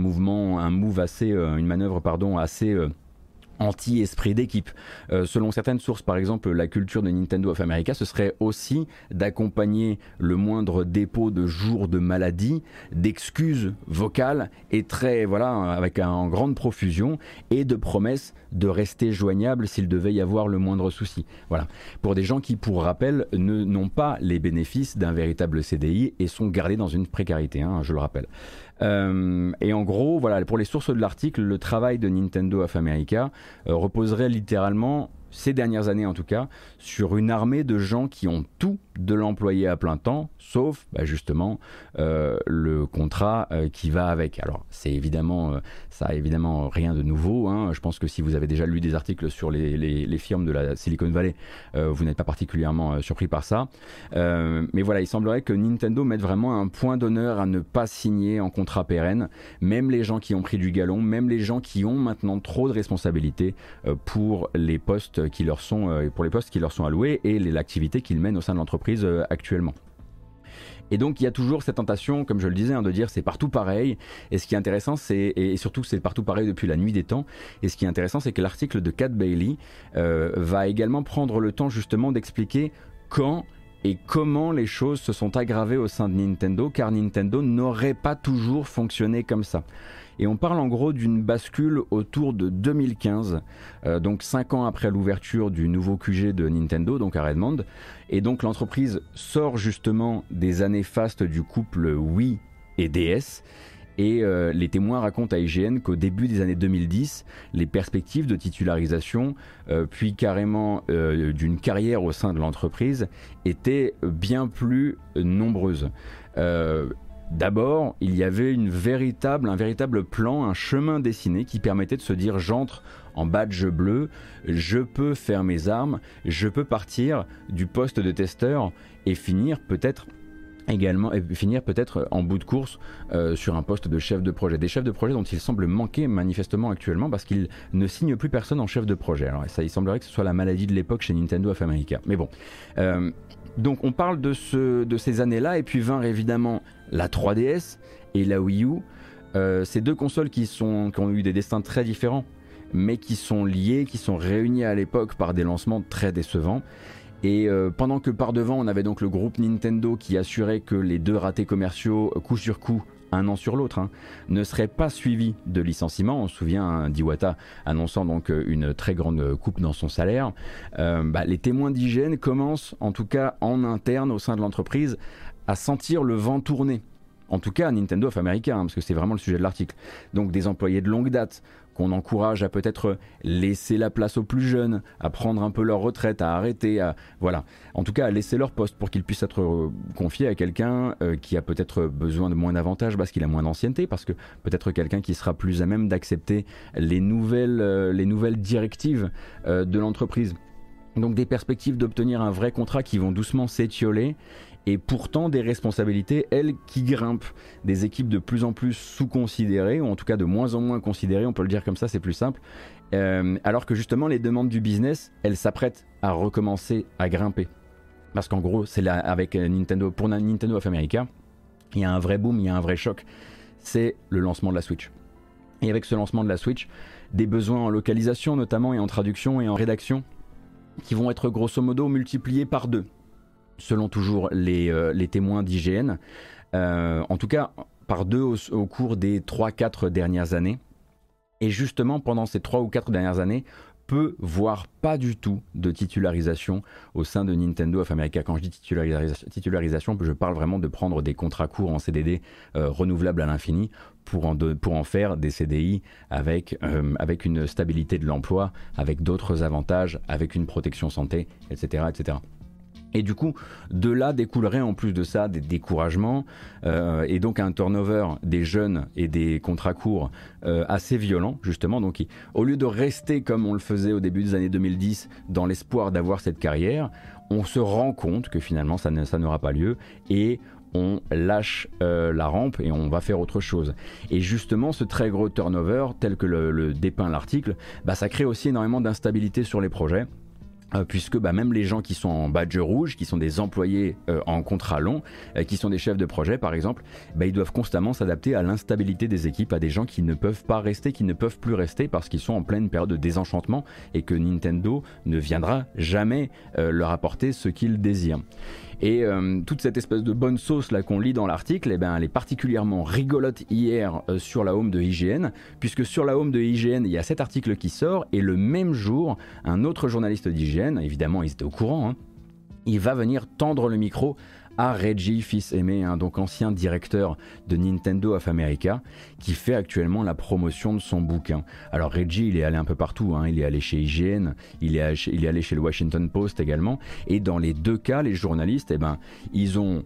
manœuvre assez anti-esprit d'équipe. Selon certaines sources, par exemple, la culture de Nintendo of America, ce serait aussi d'accompagner le moindre dépôt de jours de maladie, d'excuses vocales, et avec en grande profusion, et de promesses de rester joignable s'il devait y avoir le moindre souci. Voilà. Pour des gens qui, pour rappel, n'ont pas les bénéfices d'un véritable CDI et sont gardés dans une précarité, hein, je le rappelle. Et en gros, voilà, pour les sources de l'article, le travail de Nintendo of America reposerait littéralement, ces dernières années en tout cas, sur une armée de gens qui ont tout de l'employé à plein temps, sauf justement le contrat qui va avec. Alors c'est évidemment, ça a évidemment rien de nouveau, hein. Je pense que si vous avez déjà lu des articles sur les firmes de la Silicon Valley, vous n'êtes pas particulièrement surpris par ça. Mais voilà, il semblerait que Nintendo mette vraiment un point d'honneur à ne pas signer en contrat pérenne, même les gens qui ont pris du galon, même les gens qui ont maintenant trop de responsabilités pour les postes qui leur sont alloués et l'activité qu'ils mènent au sein de l'entreprise actuellement. Et donc il y a toujours cette tentation, comme je le disais, de dire c'est partout pareil. Et ce qui est intéressant, et surtout c'est partout pareil depuis la nuit des temps. Et ce qui est intéressant, c'est que l'article de Kat Bailey va également prendre le temps justement d'expliquer quand et comment les choses se sont aggravées au sein de Nintendo, car Nintendo n'aurait pas toujours fonctionné comme ça. Et on parle en gros d'une bascule autour de 2015, donc 5 ans après l'ouverture du nouveau QG de Nintendo, donc à Redmond. Et donc l'entreprise sort justement des années fastes du couple Wii et DS. Et les témoins racontent à IGN qu'au début des années 2010, les perspectives de titularisation, puis carrément d'une carrière au sein de l'entreprise, étaient bien plus nombreuses. D'abord, il y avait un véritable plan, un chemin dessiné qui permettait de se dire j'entre en badge bleu, je peux faire mes armes, je peux partir du poste de testeur et finir peut-être en bout de course sur un poste de chef de projet. Des chefs de projet dont il semble manquer manifestement actuellement parce qu'ils ne signent plus personne en chef de projet. Alors ça, il semblerait que ce soit la maladie de l'époque chez Nintendo of America. Mais bon. Donc on parle de ces années-là et puis vint évidemment la 3DS et la Wii U. Ces deux consoles qui ont eu des destins très différents mais qui sont liés, qui sont réunis à l'époque par des lancements très décevants. Et pendant que par devant on avait donc le groupe Nintendo qui assurait que les deux ratés commerciaux coup sur coup, un an sur l'autre, ne seraient pas suivis de licenciements. On se souvient d'Iwata annonçant donc une très grande coupe dans son salaire. Les témoins d'hygiène commencent, en tout cas en interne au sein de l'entreprise, à sentir le vent tourner. En tout cas à Nintendo of America, parce que c'est vraiment le sujet de l'article. Donc des employés de longue date qu'on encourage à peut-être laisser la place aux plus jeunes, à prendre un peu leur retraite, à arrêter, voilà. En tout cas à laisser leur poste pour qu'ils puissent être confiés à quelqu'un qui a peut-être besoin de moins d'avantages parce qu'il a moins d'ancienneté, parce que peut-être quelqu'un qui sera plus à même d'accepter les nouvelles directives de l'entreprise. Donc des perspectives d'obtenir un vrai contrat qui vont doucement s'étioler. Et pourtant des responsabilités, elles, qui grimpent, des équipes de plus en plus sous-considérées, ou en tout cas de moins en moins considérées, on peut le dire comme ça, c'est plus simple, alors que justement les demandes du business, elles s'apprêtent à recommencer à grimper. Parce qu'en gros, c'est là, avec Nintendo, pour Nintendo of America, il y a un vrai boom, il y a un vrai choc, c'est le lancement de la Switch. Et avec ce lancement de la Switch, des besoins en localisation notamment, et en traduction et en rédaction, qui vont être grosso modo multipliés par 2. Selon toujours les témoins d'IGN, en tout cas par 2 au cours des 3-4 dernières années. Et justement, pendant ces 3 ou 4 dernières années, peu, voire pas du tout de titularisation au sein de Nintendo of America. Quand je dis titularisation, je parle vraiment de prendre des contrats courts en CDD renouvelables à l'infini pour en faire des CDI avec une stabilité de l'emploi, avec d'autres avantages, avec une protection santé, etc. etc. Et du coup, de là découlerait en plus de ça des découragements et donc un turnover des jeunes et des contrats courts assez violent justement. Donc au lieu de rester comme on le faisait au début des années 2010 dans l'espoir d'avoir cette carrière, on se rend compte que finalement ça n'aura pas lieu et on lâche la rampe et on va faire autre chose. Et justement ce très gros turnover tel que le dépeint l'article, ça crée aussi énormément d'instabilité sur les projets. Puisque même les gens qui sont en badge rouge, qui sont des employés en contrat long, qui sont des chefs de projet par exemple, ils doivent constamment s'adapter à l'instabilité des équipes, à des gens qui ne peuvent pas rester, qui ne peuvent plus rester parce qu'ils sont en pleine période de désenchantement et que Nintendo ne viendra jamais leur apporter ce qu'ils désirent. Et toute cette espèce de bonne sauce là qu'on lit dans l'article, elle est particulièrement rigolote hier sur la home de IGN, puisque sur la home de IGN, il y a cet article qui sort, et le même jour, un autre journaliste d'IGN, évidemment ils étaient au courant, il va venir tendre le micro à Reggie Fils-Aimé, donc ancien directeur de Nintendo of America, qui fait actuellement la promotion de son bouquin. Alors Reggie, il est allé un peu partout, il est allé chez IGN, il est allé chez le Washington Post également, et dans les deux cas, les journalistes, ils ont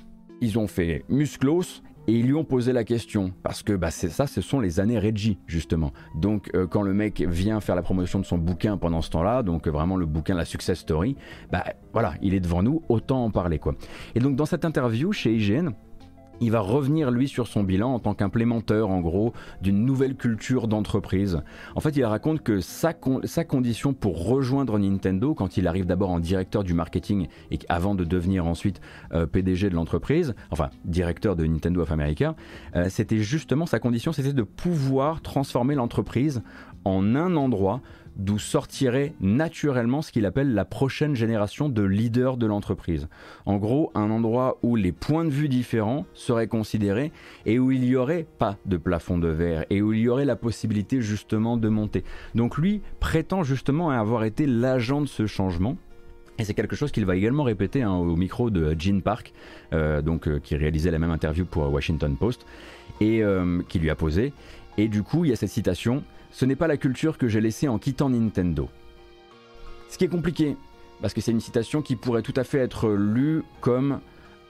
fait musclos, et ils lui ont posé la question, parce que ce sont les années Reggie justement. Donc quand le mec vient faire la promotion de son bouquin pendant ce temps-là, donc vraiment le bouquin, la success story, voilà, il est devant nous, autant en parler quoi. Et donc dans cette interview chez IGN, il va revenir lui sur son bilan en tant qu'implémenteur en gros d'une nouvelle culture d'entreprise. En fait il raconte que sa condition pour rejoindre Nintendo, quand il arrive d'abord en directeur du marketing et avant de devenir ensuite PDG de l'entreprise, enfin directeur de Nintendo of America, c'était justement sa condition, c'était de pouvoir transformer l'entreprise en un endroit d'où sortirait naturellement ce qu'il appelle la prochaine génération de leaders de l'entreprise. En gros, un endroit où les points de vue différents seraient considérés et où il n'y aurait pas de plafond de verre et où il y aurait la possibilité justement de monter. Donc lui prétend justement avoir été l'agent de ce changement. Et c'est quelque chose qu'il va également répéter au micro de Gene Park, qui réalisait la même interview pour Washington Post, et qui lui a posé. Et du coup, il y a cette citation: « Ce n'est pas la culture que j'ai laissée en quittant Nintendo ». Ce qui est compliqué, parce que c'est une citation qui pourrait tout à fait être lue comme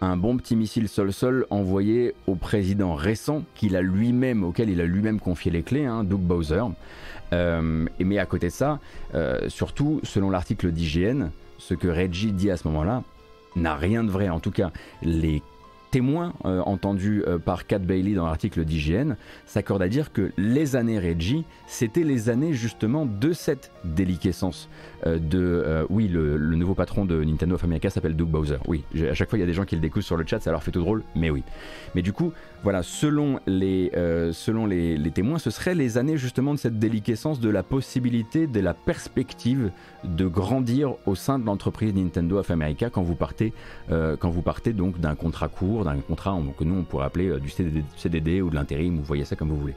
un bon petit missile sol-sol envoyé au président récent auquel il a lui-même confié les clés, hein, Doug Bowser. Mais à côté de ça, surtout selon l'article d'IGN, ce que Reggie dit à ce moment-là n'a rien de vrai. En tout cas, les témoins entendus par Cat Bailey dans l'article d'IGN s'accordent à dire que les années Reggie, c'était les années justement de cette déliquescence oui, le nouveau patron de Nintendo of America s'appelle Doug Bowser. Oui, à chaque fois il y a des gens qui le découvrent sur le chat, ça leur fait tout drôle, mais oui. Mais du coup, voilà, selon les témoins, ce seraient les années justement de cette déliquescence, de la possibilité, de la perspective de grandir au sein de l'entreprise Nintendo of America quand vous partez donc d'un contrat court, d'un contrat que nous on pourrait appeler du CDD ou de l'intérim, vous voyez ça comme vous voulez.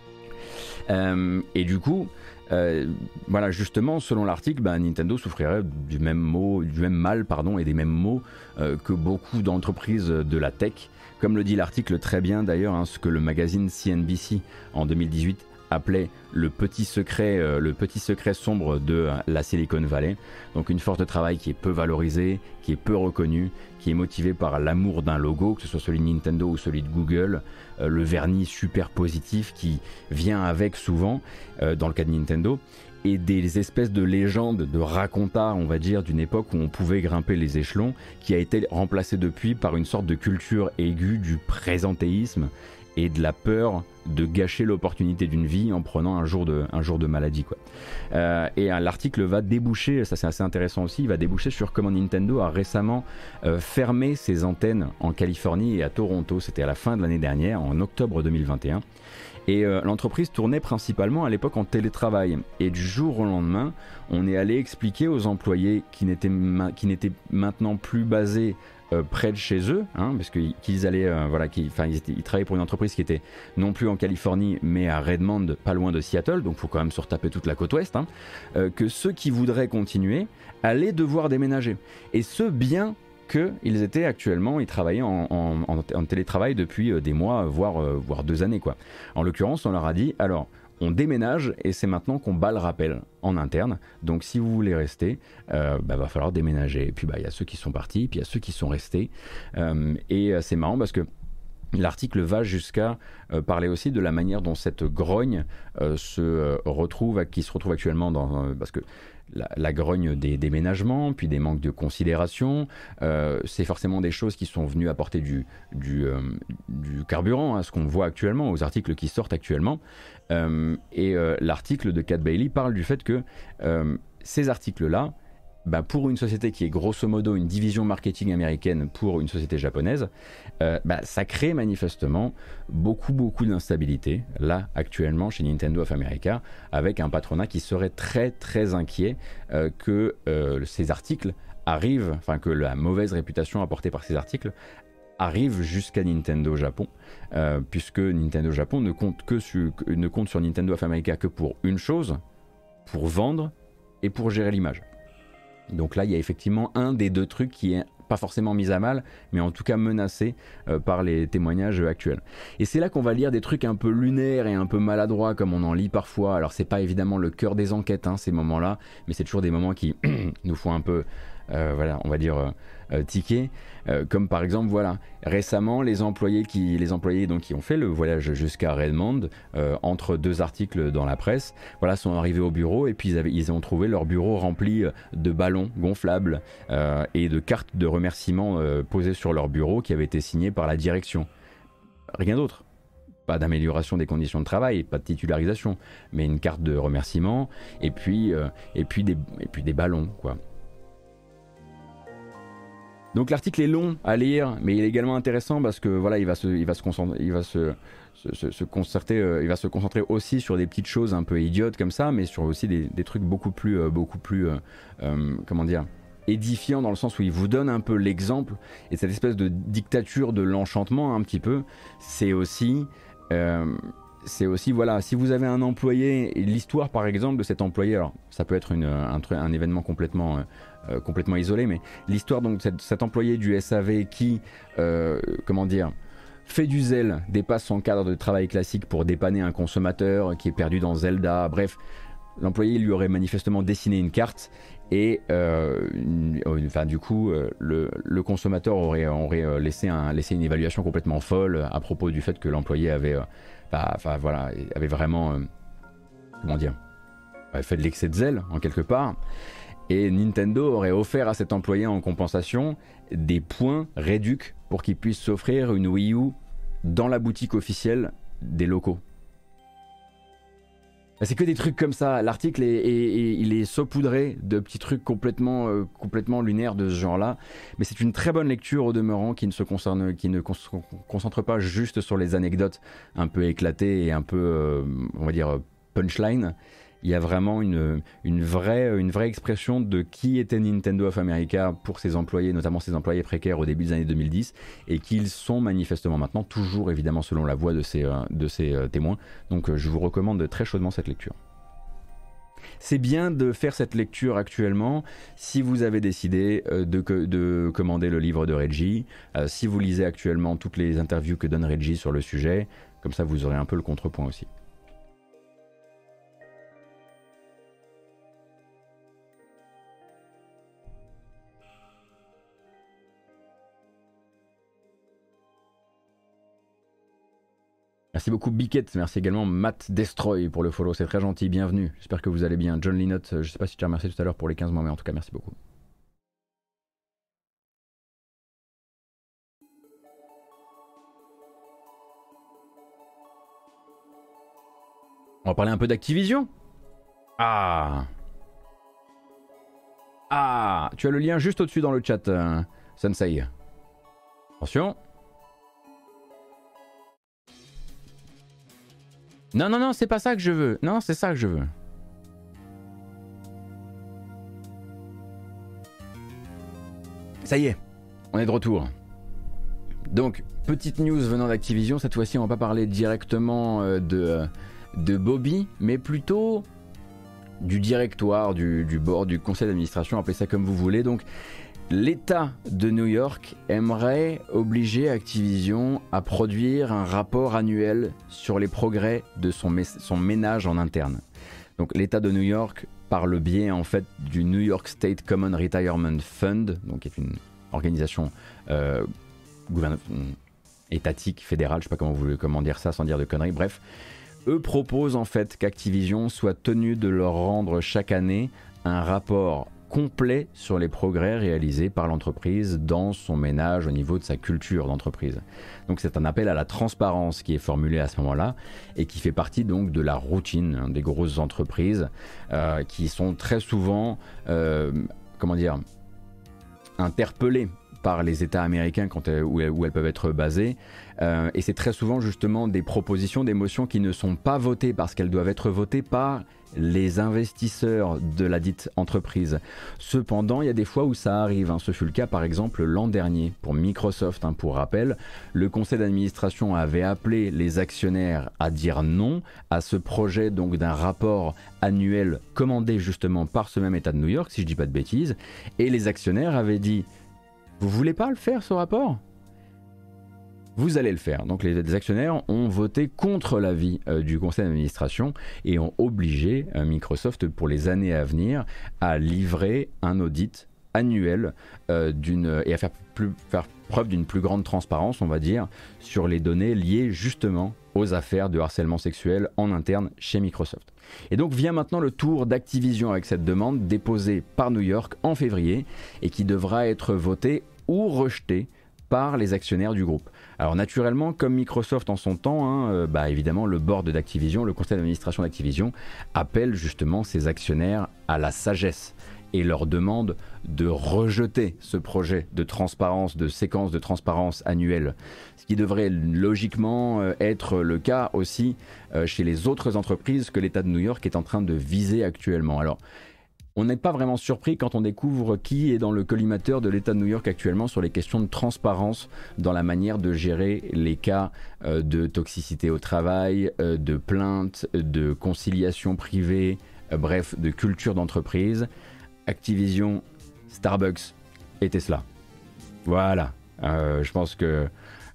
Et du coup, voilà, justement, selon l'article, Nintendo souffrirait du même mal et des mêmes maux que beaucoup d'entreprises de la tech, comme le dit l'article très bien d'ailleurs, hein, ce que le magazine CNBC en 2018 appelait le petit secret sombre de la Silicon Valley. Donc une force de travail qui est peu valorisée, qui est peu reconnue, qui est motivée par l'amour d'un logo, que ce soit celui de Nintendo ou celui de Google, le vernis super positif qui vient avec souvent, dans le cas de Nintendo, et des espèces de légendes, de racontas, on va dire, d'une époque où on pouvait grimper les échelons, qui a été remplacée depuis par une sorte de culture aiguë du présentéisme et de la peur de gâcher l'opportunité d'une vie en prenant un jour de maladie, quoi. Et l'article va déboucher, ça c'est assez intéressant aussi, il va déboucher sur comment Nintendo a récemment fermé ses antennes en Californie et à Toronto. C'était à la fin de l'année dernière, en octobre 2021. Et l'entreprise tournait principalement à l'époque en télétravail. Et du jour au lendemain, on est allé expliquer aux employés qui n'étaient maintenant plus basés près de chez eux, hein, parce qu'ils allaient, ils travaillaient pour une entreprise qui était non plus en Californie, mais à Redmond, pas loin de Seattle, donc il faut quand même se retaper toute la côte ouest, hein, que ceux qui voudraient continuer allaient devoir déménager. Et ce, bien qu'ils étaient actuellement, ils travaillaient en télétravail depuis des mois, voire 2 années, quoi. En l'occurrence, on leur a dit, alors, on déménage et c'est maintenant qu'on bat le rappel en interne. Donc si vous voulez rester, va falloir déménager. Et puis il y a ceux qui sont partis, puis il y a ceux qui sont restés. Et c'est marrant parce que l'article va jusqu'à parler aussi de la manière dont cette grogne qui se retrouve actuellement parce que la grogne des déménagements, puis des manques de considération, c'est forcément des choses qui sont venues apporter du carburant à ce qu'on voit actuellement, aux articles qui sortent actuellement. Et l'article de Cat Bailey parle du fait que ces articles-là, pour une société qui est grosso modo une division marketing américaine pour une société japonaise, ça crée manifestement beaucoup d'instabilité là actuellement chez Nintendo of America, avec un patronat qui serait très très inquiet que ces articles arrivent, enfin que la mauvaise réputation apportée par ces articles arrive jusqu'à Nintendo Japon, puisque Nintendo Japon ne compte sur Nintendo of America que pour une chose, pour vendre et pour gérer l'image. Donc là, il y a effectivement un des deux trucs qui est pas forcément mis à mal, mais en tout cas menacé par les témoignages actuels. Et c'est là qu'on va lire des trucs un peu lunaires et un peu maladroits, comme on en lit parfois. Alors c'est pas évidemment le cœur des enquêtes, hein, ces moments-là, mais c'est toujours des moments qui nous font un peu, on va dire, ticket. Comme par exemple, voilà, récemment, les employés donc, qui ont fait le voyage jusqu'à Redmond, entre 2 articles dans la presse, voilà, sont arrivés au bureau et puis ils ont trouvé leur bureau rempli de ballons gonflables et de cartes de remerciements posées sur leur bureau qui avaient été signées par la direction. Rien d'autre. Pas d'amélioration des conditions de travail, pas de titularisation, mais une carte de remerciement et puis des ballons, quoi. Donc l'article est long à lire, mais il est également intéressant parce que voilà, il va se concentrer aussi sur des petites choses un peu idiotes comme ça, mais sur aussi des trucs beaucoup plus comment dire, édifiants, dans le sens où il vous donne un peu l'exemple. Et cette espèce de dictature de l'enchantement un petit peu, c'est aussi voilà, si vous avez un employé, et l'histoire par exemple de cet employé, alors ça peut être un événement complètement isolé, mais l'histoire donc de cet employé du SAV qui, comment dire, fait du zèle, dépasse son cadre de travail classique pour dépanner un consommateur qui est perdu dans Zelda, bref, l'employé lui aurait manifestement dessiné une carte et enfin, du coup le consommateur aurait laissé une évaluation complètement folle à propos du fait que l'employé avait voilà, avait vraiment comment dire, avait fait de l'excès de zèle en quelque part, et Nintendo aurait offert à cet employé en compensation des points réducs pour qu'il puisse s'offrir une Wii U dans la boutique officielle des locaux. C'est que des trucs comme ça. L'article il est saupoudré de petits trucs complètement lunaires de ce genre-là. Mais c'est une très bonne lecture au demeurant qui ne concentre pas juste sur les anecdotes un peu éclatées et un peu, on va dire, punchline. Il y a vraiment une vraie expression de qui était Nintendo of America pour ses employés, notamment ses employés précaires au début des années 2010, et qu'ils sont manifestement maintenant, toujours évidemment selon la voix de ces témoins. Donc je vous recommande très chaudement cette lecture. C'est bien de faire cette lecture actuellement si vous avez décidé de commander le livre de Reggie, si vous lisez actuellement toutes les interviews que donne Reggie sur le sujet, comme ça vous aurez un peu le contrepoint aussi. Merci beaucoup Biquette, merci également Matt Destroy pour le follow, c'est très gentil, bienvenue, j'espère que vous allez bien. John Linott, je sais pas si tu as remercié tout à l'heure pour les 15 mois, mais en tout cas merci beaucoup. On va parler un peu d'Activision. Ah, tu as le lien juste au-dessus dans le chat, Sensei. Attention. Non, c'est pas ça que je veux. Non, c'est ça que je veux. Ça y est, on est de retour. Donc, petite news venant d'Activision. Cette fois-ci, on va pas parler directement de Bobby, mais plutôt du directoire, du board, du conseil d'administration, appelez ça comme vous voulez. Donc, l'État de New York aimerait obliger Activision à produire un rapport annuel sur les progrès de son ménage en interne. Donc l'État de New York, par le biais en fait du New York State Common Retirement Fund, donc qui est une organisation étatique, fédérale, je sais pas comment dire ça sans dire de conneries, bref, eux proposent en fait qu'Activision soit tenu de leur rendre chaque année un rapport complet sur les progrès réalisés par l'entreprise dans son ménage au niveau de sa culture d'entreprise. Donc c'est un appel à la transparence qui est formulé à ce moment-là et qui fait partie donc de la routine des grosses entreprises qui sont très souvent interpellées par les États américains où elles peuvent être basées. Et c'est très souvent justement des propositions, des motions qui ne sont pas votées parce qu'elles doivent être votées par les investisseurs de la dite entreprise. Cependant, il y a des fois où ça arrive. Ce fut le cas par exemple l'an dernier pour Microsoft. Pour rappel, le conseil d'administration avait appelé les actionnaires à dire non à ce projet donc d'un rapport annuel commandé justement par ce même État de New York, si je dis pas de bêtises. Et les actionnaires avaient dit: vous voulez pas le faire ce rapport ? Vous allez le faire. Donc les actionnaires ont voté contre l'avis du conseil d'administration et ont obligé Microsoft pour les années à venir à livrer un audit annuel et à faire preuve d'une plus grande transparence, on va dire, sur les données liées justement aux affaires de harcèlement sexuel en interne chez Microsoft. Et donc vient maintenant le tour d'Activision avec cette demande déposée par New York en février et qui devra être votée ou rejetée par les actionnaires du groupe. Alors naturellement, comme Microsoft en son temps, évidemment le board d'Activision, le conseil d'administration d'Activision appelle justement ses actionnaires à la sagesse et leur demande de rejeter ce projet de transparence, de séquence de transparence annuelle. Ce qui devrait logiquement être le cas aussi chez les autres entreprises que l'État de New York est en train de viser actuellement. Alors, on n'est pas vraiment surpris quand on découvre qui est dans le collimateur de l'État de New York actuellement sur les questions de transparence dans la manière de gérer les cas de toxicité au travail, de plaintes, de conciliation privée, bref, de culture d'entreprise. Activision, Starbucks et Tesla. Voilà, je pense que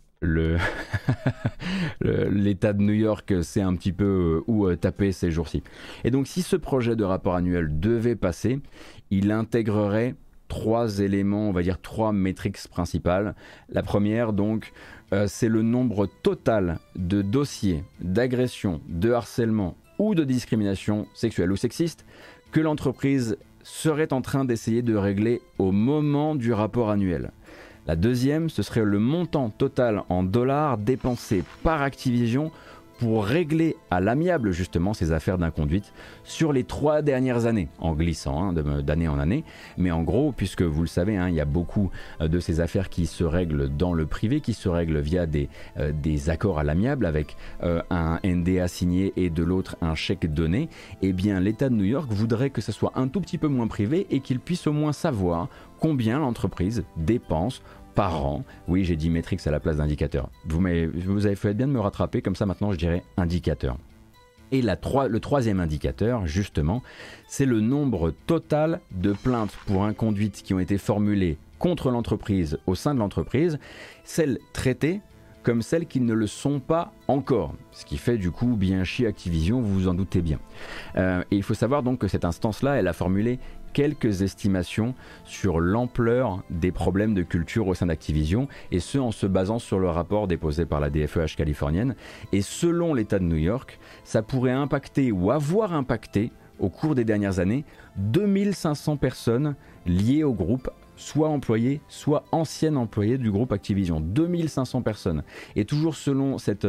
l'État de New York sait un petit peu où taper ces jours-ci. Et donc si ce projet de rapport annuel devait passer, il intégrerait 3 éléments, on va dire 3 métriques principales. La première, donc, c'est le nombre total de dossiers d'agression, de harcèlement ou de discrimination sexuelle ou sexiste que l'entreprise serait en train d'essayer de régler au moment du rapport annuel. La deuxième, ce serait le montant total en dollars dépensé par Activision pour régler à l'amiable justement ces affaires d'inconduite sur les 3 dernières années, en glissant d'année en année. Mais en gros, puisque vous le savez, il y a beaucoup de ces affaires qui se règlent dans le privé, qui se règlent via des accords à l'amiable avec un NDA signé et de l'autre un chèque donné, eh bien l'État de New York voudrait que ce soit un tout petit peu moins privé et qu'il puisse au moins savoir combien l'entreprise dépense par an. Oui, j'ai dit métriques à la place d'indicateur. Vous avez fait bien de me rattraper, comme ça maintenant je dirais indicateur. Et le troisième indicateur, justement, c'est le nombre total de plaintes pour inconduite qui ont été formulées contre l'entreprise au sein de l'entreprise, celles traitées comme celles qui ne le sont pas encore. Ce qui fait du coup bien chier Activision, vous vous en doutez bien. Et il faut savoir donc que cette instance-là, elle a formulé quelques estimations sur l'ampleur des problèmes de culture au sein d'Activision, et ce en se basant sur le rapport déposé par la DFEH californienne. Et selon l'État de New York, ça pourrait impacter ou avoir impacté au cours des dernières années 2500 personnes liées au groupe, soit employés, soit anciennes employées du groupe Activision. 2500 personnes. Et toujours selon cette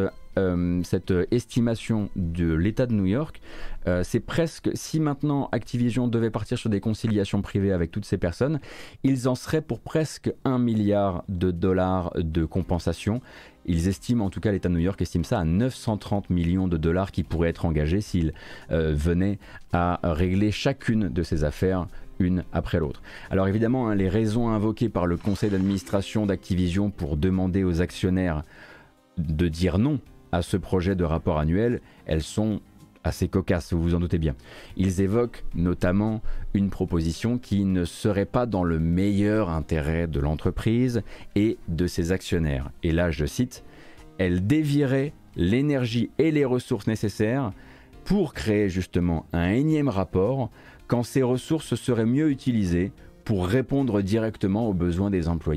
estimation de l'État de New York, c'est presque, si maintenant Activision devait partir sur des conciliations privées avec toutes ces personnes, ils en seraient pour presque 1 milliard de dollars de compensation. Ils estiment, en tout cas l'État de New York estime ça à 930 millions de dollars qui pourraient être engagés s'ils venaient à régler chacune de ces affaires une après l'autre. Alors évidemment, les raisons invoquées par le conseil d'administration d'Activision pour demander aux actionnaires de dire non à ce projet de rapport annuel, elles sont assez cocasses, vous vous en doutez bien. Ils évoquent notamment une proposition qui ne serait pas dans le meilleur intérêt de l'entreprise et de ses actionnaires. Et là, je cite, « Elle dévierait l'énergie et les ressources nécessaires pour créer justement un énième rapport quand ces ressources seraient mieux utilisées pour répondre directement aux besoins des employés. »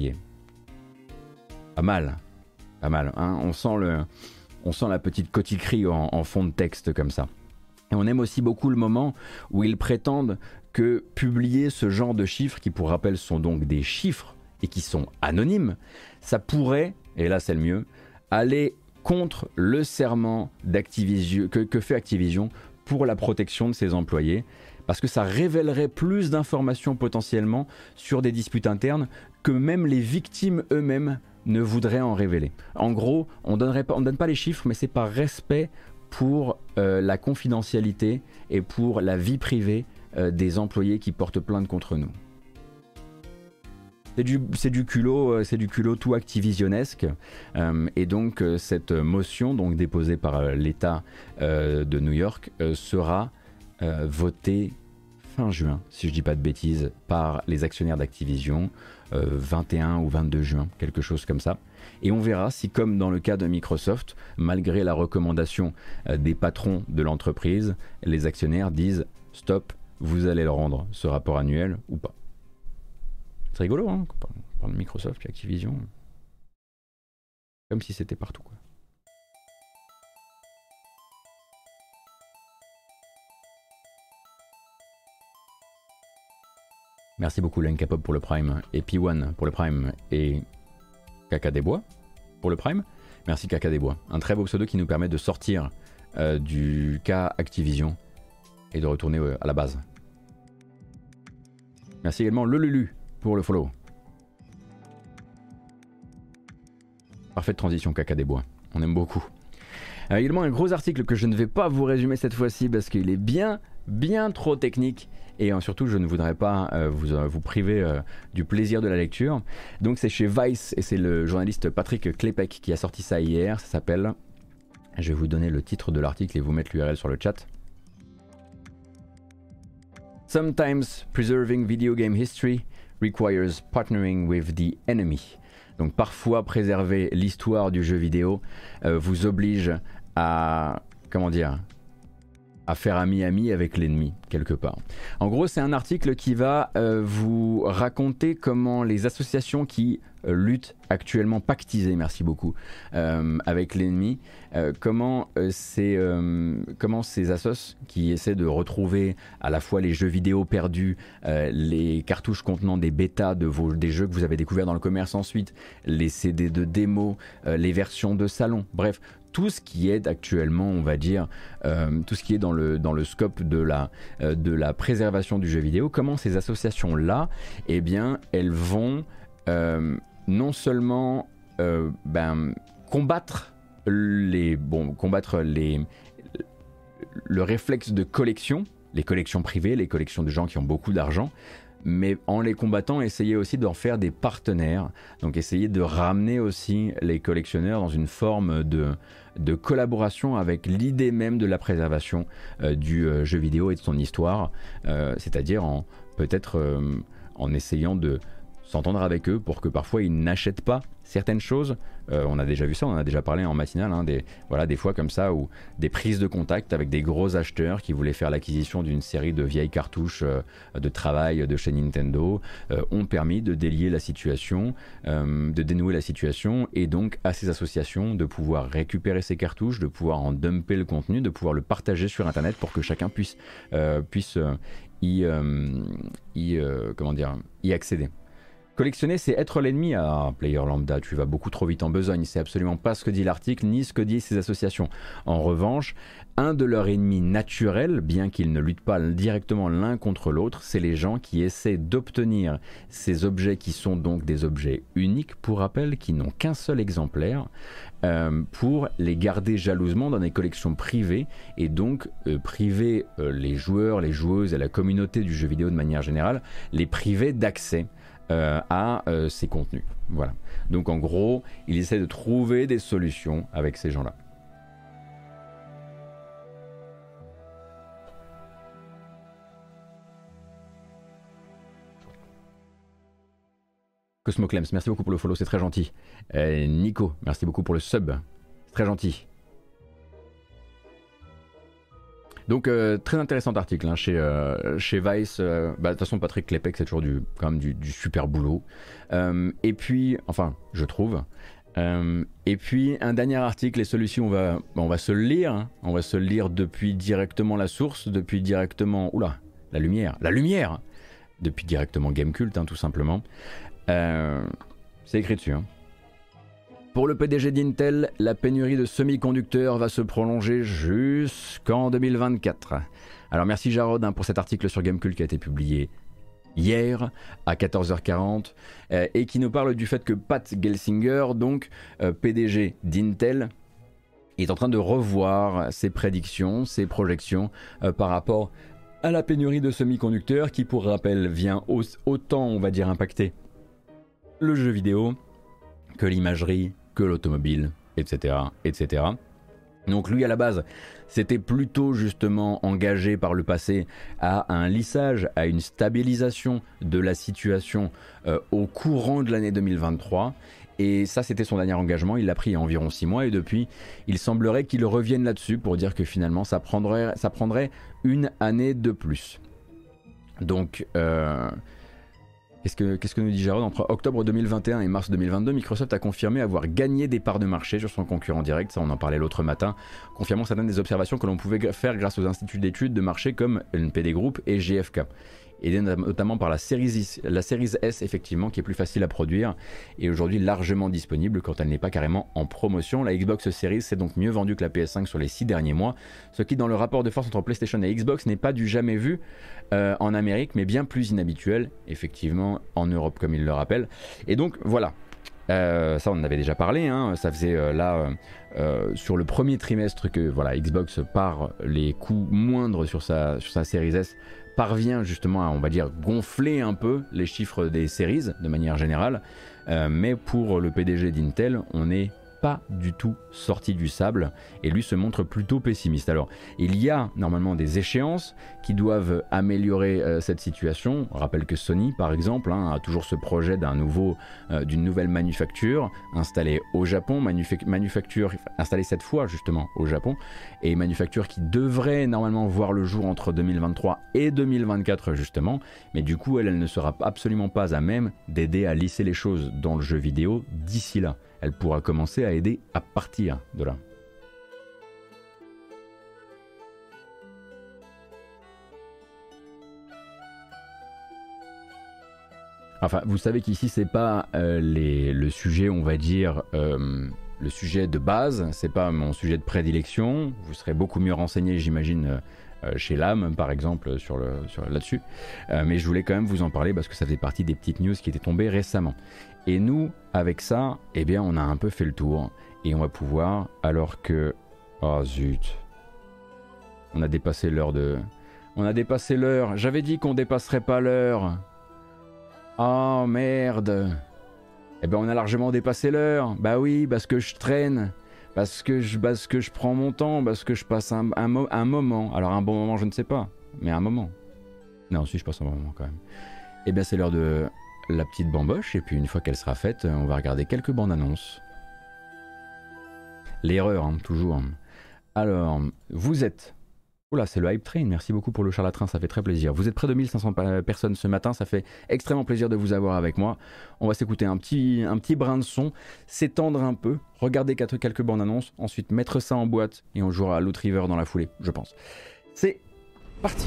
Pas mal, hein, on sent la petite cotiquerie en fond de texte comme ça. Et on aime aussi beaucoup le moment où ils prétendent que publier ce genre de chiffres, qui pour rappel sont donc des chiffres et qui sont anonymes, ça pourrait, et là c'est le mieux, aller contre le serment d'Activision, que fait Activision pour la protection de ses employés, parce que ça révélerait plus d'informations potentiellement sur des disputes internes que même les victimes eux-mêmes ne voudraient en révéler. En gros, on ne donne pas les chiffres, mais c'est par respect pour la confidentialité et pour la vie privée des employés qui portent plainte contre nous. C'est du culot tout activisionnesque, et donc cette motion donc déposée par l'État de New York sera votée fin juin, si je dis pas de bêtises, par les actionnaires d'Activision, 21 ou 22 juin, quelque chose comme ça. Et on verra si, comme dans le cas de Microsoft, malgré la recommandation des patrons de l'entreprise, les actionnaires disent « Stop, vous allez le rendre, ce rapport annuel, ou pas ». C'est rigolo, hein, on parle de Microsoft et Activision. Comme si c'était partout, quoi. Merci beaucoup Lenkapop pour le Prime, et P1 pour le Prime, et Caca des Bois pour le Prime. Merci Caca des Bois. Un très beau pseudo qui nous permet de sortir du cas Activision et de retourner à la base. Merci également le Lulu pour le follow. Parfaite transition Caca des Bois, on aime beaucoup. Également un gros article que je ne vais pas vous résumer cette fois-ci parce qu'il est bien trop technique et surtout je ne voudrais pas vous priver du plaisir de la lecture. Donc c'est chez Vice et c'est le journaliste Patrick Klepek qui a sorti ça hier. Ça s'appelle, je vais vous donner le titre de l'article et vous mettre l'URL sur le chat. Sometimes preserving video game history requires partnering with the enemy. Donc parfois préserver l'histoire du jeu vidéo vous oblige à, comment dire, à faire ami-ami avec l'ennemi, quelque part. En gros, c'est un article qui va vous raconter comment les associations qui luttent actuellement, pactisées, merci beaucoup, avec l'ennemi, comment ces assos qui essaient de retrouver à la fois les jeux vidéo perdus, les cartouches contenant des bêtas des jeux que vous avez découverts dans le commerce ensuite, les CD de démo, les versions de salon, bref, tout ce qui est actuellement, on va dire, tout ce qui est dans le scope de la préservation du jeu vidéo, comment ces associations-là, eh bien, elles vont non seulement combattre le réflexe de collection, les collections privées, les collections de gens qui ont beaucoup d'argent, mais en les combattant, essayer aussi d'en faire des partenaires, donc essayer de ramener aussi les collectionneurs dans une forme de collaboration avec l'idée même de la préservation du jeu vidéo et de son histoire, c'est-à-dire peut-être en essayant de s'entendre avec eux pour que parfois ils n'achètent pas certaines choses. On a déjà vu ça, on en a déjà parlé en matinale, hein, des fois comme ça, où des prises de contact avec des gros acheteurs qui voulaient faire l'acquisition d'une série de vieilles cartouches de travail de chez Nintendo ont permis de délier la situation, de dénouer la situation, et donc à ces associations de pouvoir récupérer ces cartouches, de pouvoir en dumper le contenu, de pouvoir le partager sur internet pour que chacun puisse y accéder. Collectionner, c'est être l'ennemi à Player Lambda. Tu vas beaucoup trop vite en besogne. C'est absolument pas ce que dit l'article, ni ce que disent ces associations. En revanche, un de leurs ennemis naturels, bien qu'ils ne luttent pas directement l'un contre l'autre, c'est les gens qui essaient d'obtenir ces objets qui sont donc des objets uniques, pour rappel, qui n'ont qu'un seul exemplaire, pour les garder jalousement dans des collections privées, et donc priver les joueurs, les joueuses et la communauté du jeu vidéo de manière générale, les priver d'accès à ces contenus. Voilà. Donc en gros, il essaie de trouver des solutions avec ces gens-là. Cosmo Clems, merci beaucoup pour le follow, c'est très gentil. Nico, merci beaucoup pour le sub, c'est très gentil. Donc très intéressant article hein, chez Vice. De toute façon Patrick Klepek c'est toujours quand même du super boulot. Et puis, enfin je trouve. Et puis un dernier article, et celui-ci on va se le lire. Hein, on va se le lire depuis directement la source, depuis directement... Oula, la lumière depuis directement Gamecult hein, tout simplement. C'est écrit dessus. Hein. Pour le PDG d'Intel, la pénurie de semi-conducteurs va se prolonger jusqu'en 2024. Alors merci Jarod hein, pour cet article sur Gamecult qui a été publié hier à 14h40 et qui nous parle du fait que Pat Gelsinger, donc PDG d'Intel, est en train de revoir ses prédictions, ses projections par rapport à la pénurie de semi-conducteurs qui, pour rappel, vient autant, on va dire, impacter le jeu vidéo que l'imagerie, que l'automobile, etc., etc. Donc lui à la base s'était plutôt justement engagé par le passé à un lissage, à une stabilisation de la situation au courant de l'année 2023, et ça c'était son dernier engagement, il l'a pris il y a environ 6 mois, et depuis il semblerait qu'il revienne là-dessus pour dire que finalement ça prendrait une année de plus. Donc Qu'est-ce que nous dit Jarod? Entre octobre 2021 et mars 2022, Microsoft a confirmé avoir gagné des parts de marché sur son concurrent direct, ça on en parlait l'autre matin, confirmant certaines des observations que l'on pouvait faire grâce aux instituts d'études de marché comme NPD Group et GFK. Aidé notamment par la série S effectivement, qui est plus facile à produire et aujourd'hui largement disponible quand elle n'est pas carrément en promotion. La Xbox Series s'est donc mieux vendue que la PS5 sur les 6 derniers mois, ce qui dans le rapport de force entre PlayStation et Xbox n'est pas du jamais vu en Amérique, mais bien plus inhabituel effectivement en Europe comme il le rappelle. Et donc voilà, ça on en avait déjà parlé, hein, ça faisait sur le premier trimestre que voilà, Xbox par les coûts moindres sur sa Series S parvient justement à, on va dire, gonfler un peu les chiffres des séries de manière générale, mais pour le PDG d'Intel, on est pas du tout sorti du sable et lui se montre plutôt pessimiste. Alors, il y a normalement des échéances qui doivent améliorer cette situation. On rappelle que Sony, par exemple, a toujours ce projet d'une nouvelle manufacture installée au Japon, manufacture installée cette fois justement au Japon, et manufacture qui devrait normalement voir le jour entre 2023 et 2024 justement, mais du coup elle ne sera absolument pas à même d'aider à lisser les choses dans le jeu vidéo d'ici là. Elle pourra commencer à aider à partir de là. Enfin, vous savez qu'ici c'est pas le sujet, on va dire, le sujet de base, c'est pas mon sujet de prédilection. Vous serez beaucoup mieux renseigné, j'imagine, chez l'âme, par exemple, là-dessus. Mais je voulais quand même vous en parler parce que ça faisait partie des petites news qui étaient tombées récemment. Et nous, avec ça, eh bien, on a un peu fait le tour. Et on va pouvoir, alors que... Oh zut. On a dépassé l'heure de... On a dépassé l'heure. J'avais dit qu'on dépasserait pas l'heure. Oh merde. Eh ben, on a largement dépassé l'heure. Bah oui, parce que je traîne. Parce que je prends mon temps. Parce que je passe un moment. Alors un bon moment, je ne sais pas. Mais un moment. Non, si, je passe un bon moment quand même. Eh bien, c'est l'heure de... la petite bamboche, et puis une fois qu'elle sera faite, on va regarder quelques bandes annonces. L'erreur, toujours. Alors, vous êtes... Oula, c'est le Hype Train, merci beaucoup pour le charlatran, ça fait très plaisir. Vous êtes près de 1500 personnes ce matin, ça fait extrêmement plaisir de vous avoir avec moi. On va s'écouter un petit brin de son, s'étendre un peu, regarder quelques bandes annonces, ensuite mettre ça en boîte, et on jouera à Loot River dans la foulée, je pense. C'est parti.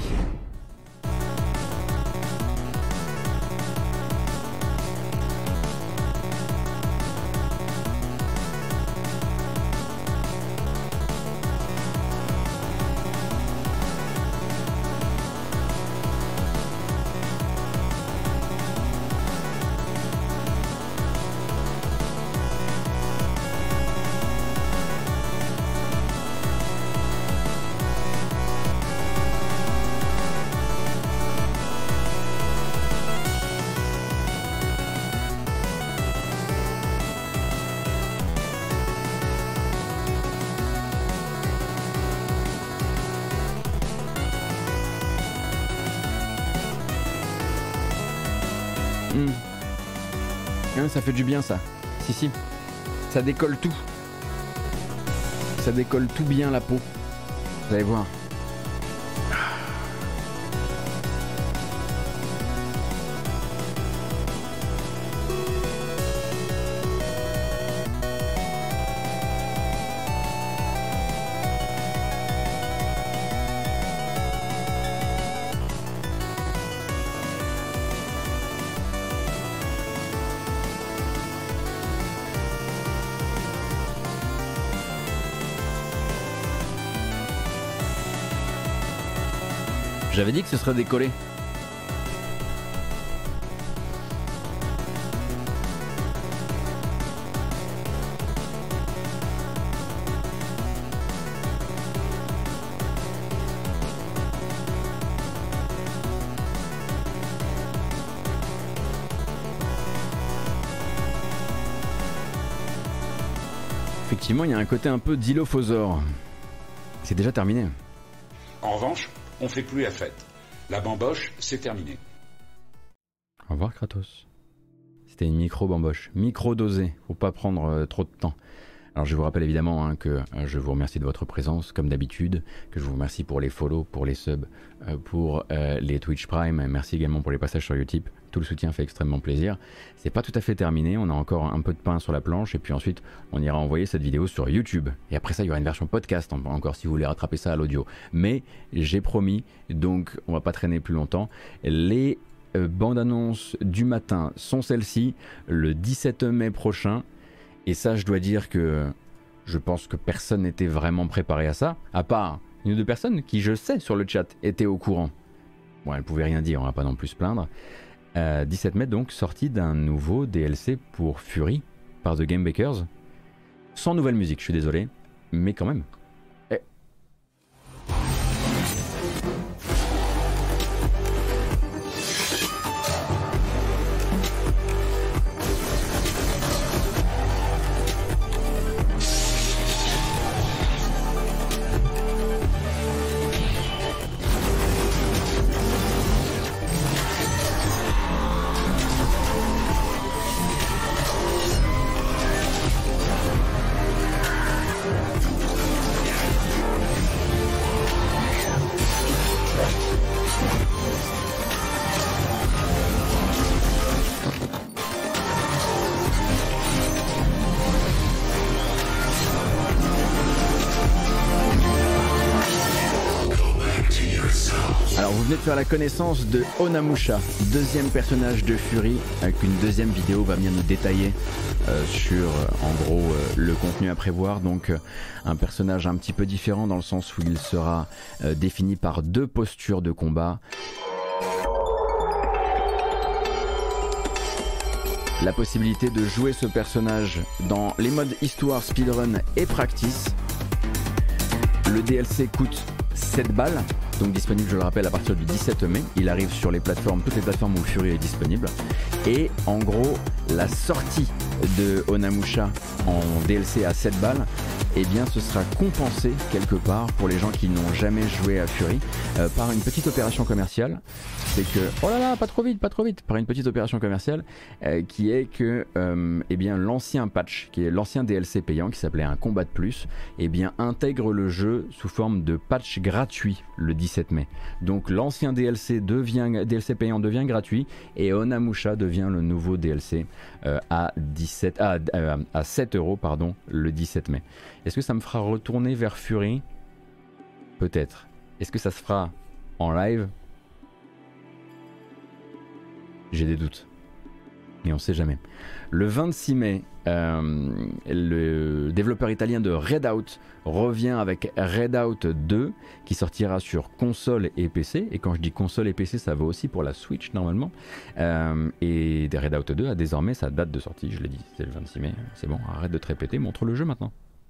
Ça fait du bien ça. Si. Ça décolle tout. Ça décolle tout bien la peau. Vous allez voir. J'avais dit que ce serait décollé. Effectivement, il y a un côté un peu dilophosaure. C'est déjà terminé. En revanche, on fait plus la fête. La bamboche, c'est terminé. Au revoir Kratos. C'était une micro-bamboche. Micro-dosée, faut pas prendre trop de temps. Alors je vous rappelle évidemment que je vous remercie de votre présence, comme d'habitude, que je vous remercie pour les follow, pour les subs, pour les Twitch Prime. Merci également pour les passages sur Utip. Tout le soutien fait extrêmement plaisir. C'est pas tout à fait terminé, on a encore un peu de pain sur la planche et puis ensuite on ira envoyer cette vidéo sur YouTube. Et après ça il y aura une version podcast encore si vous voulez rattraper ça à l'audio. Mais j'ai promis, donc on va pas traîner plus longtemps. Les bandes annonces du matin sont celles-ci, le 17 mai prochain. Et ça, je dois dire que je pense que personne n'était vraiment préparé à ça, à part une ou deux personnes qui, je sais, sur le chat, étaient au courant. Bon, elles pouvaient rien dire, on va pas non plus se plaindre. 17 mai, donc, sortie d'un nouveau DLC pour Fury par The Game Bakers. Sans nouvelle musique, je suis désolé, mais quand même. venez de faire la connaissance de Onimusha, deuxième personnage de Fury, avec une deuxième vidéo va venir nous détailler sur en gros le contenu à prévoir. Donc un personnage un petit peu différent dans le sens où il sera défini par deux postures de combat. La possibilité de jouer ce personnage dans les modes histoire, speedrun et practice. Le DLC coûte 7 balles, donc disponible, je le rappelle, à partir du 17 mai. Il arrive sur les plateformes, toutes les plateformes où Fury est disponible. Et en gros, la sortie de Onimusha en DLC à 7 balles, eh bien ce sera compensé quelque part pour les gens qui n'ont jamais joué à Fury par une petite opération commerciale. C'est que, oh là là, pas trop vite, par une petite opération commerciale qui est que eh bien, l'ancien patch, qui est l'ancien DLC payant qui s'appelait un Combat de Plus, eh bien intègre le jeu sous forme de patch gratuit le 17 mai. Donc l'ancien DLC payant devient gratuit et Onimusha devient le nouveau DLC à 7 € pardon, le 17 mai. Est-ce que ça me fera retourner vers Fury? Peut-être. Est-ce que ça se fera en live? J'ai des doutes. Et on sait jamais. Le 26 mai, le développeur italien de Redout revient avec Redout 2 qui sortira sur console et PC. Et quand je dis console et PC, ça vaut aussi pour la Switch normalement. Et Redout 2 a désormais sa date de sortie, je l'ai dit, c'est le 26 mai. C'est bon, arrête de te répéter, montre le jeu maintenant.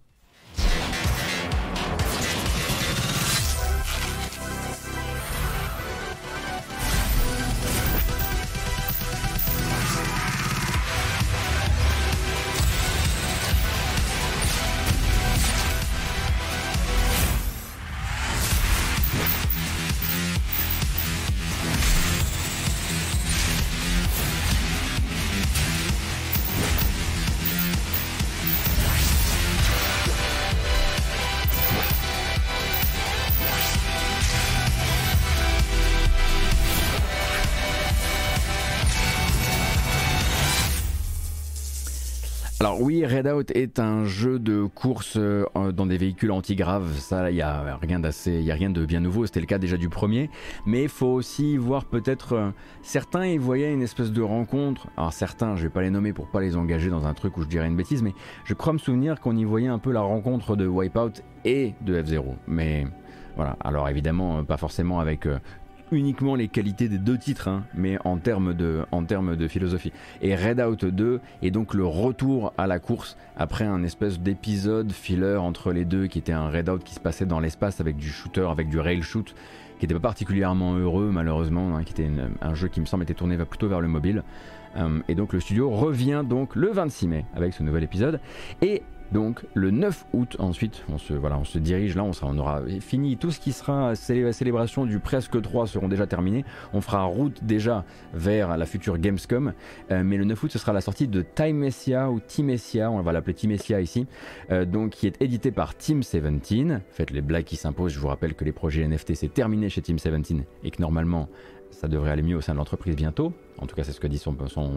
Alors oui, Redout est un jeu de course dans des véhicules anti-graves, ça il n'y a rien de bien nouveau, c'était le cas déjà du premier, mais il faut aussi voir peut-être, certains y voyaient une espèce de rencontre, alors certains, je vais pas les nommer pour pas les engager dans un truc où je dirais une bêtise, mais je crois me souvenir qu'on y voyait un peu la rencontre de Wipeout et de F-Zero, mais voilà, alors évidemment pas forcément avec uniquement les qualités des deux titres, hein, mais en termes de philosophie. Et Redout 2 est donc le retour à la course après un espèce d'épisode filler entre les deux qui était un Redout qui se passait dans l'espace avec du shooter, avec du rail shoot, qui n'était pas particulièrement heureux malheureusement, hein, qui était un jeu qui me semble était tourné plutôt vers le mobile. Et donc le studio revient donc le 26 mai avec ce nouvel épisode. Et donc le 9 août ensuite on se dirige là, on aura fini tout ce qui sera célébration du presque 3 seront déjà terminés, on fera route déjà vers la future Gamescom, mais le 9 août ce sera la sortie de Timecia ou Timecia, on va l'appeler Timecia ici, donc qui est édité par Team 17. Faites les blagues qui s'imposent, je vous rappelle que les projets NFT c'est terminé chez Team 17 et que normalement ça devrait aller mieux au sein de l'entreprise bientôt, en tout cas c'est ce que dit son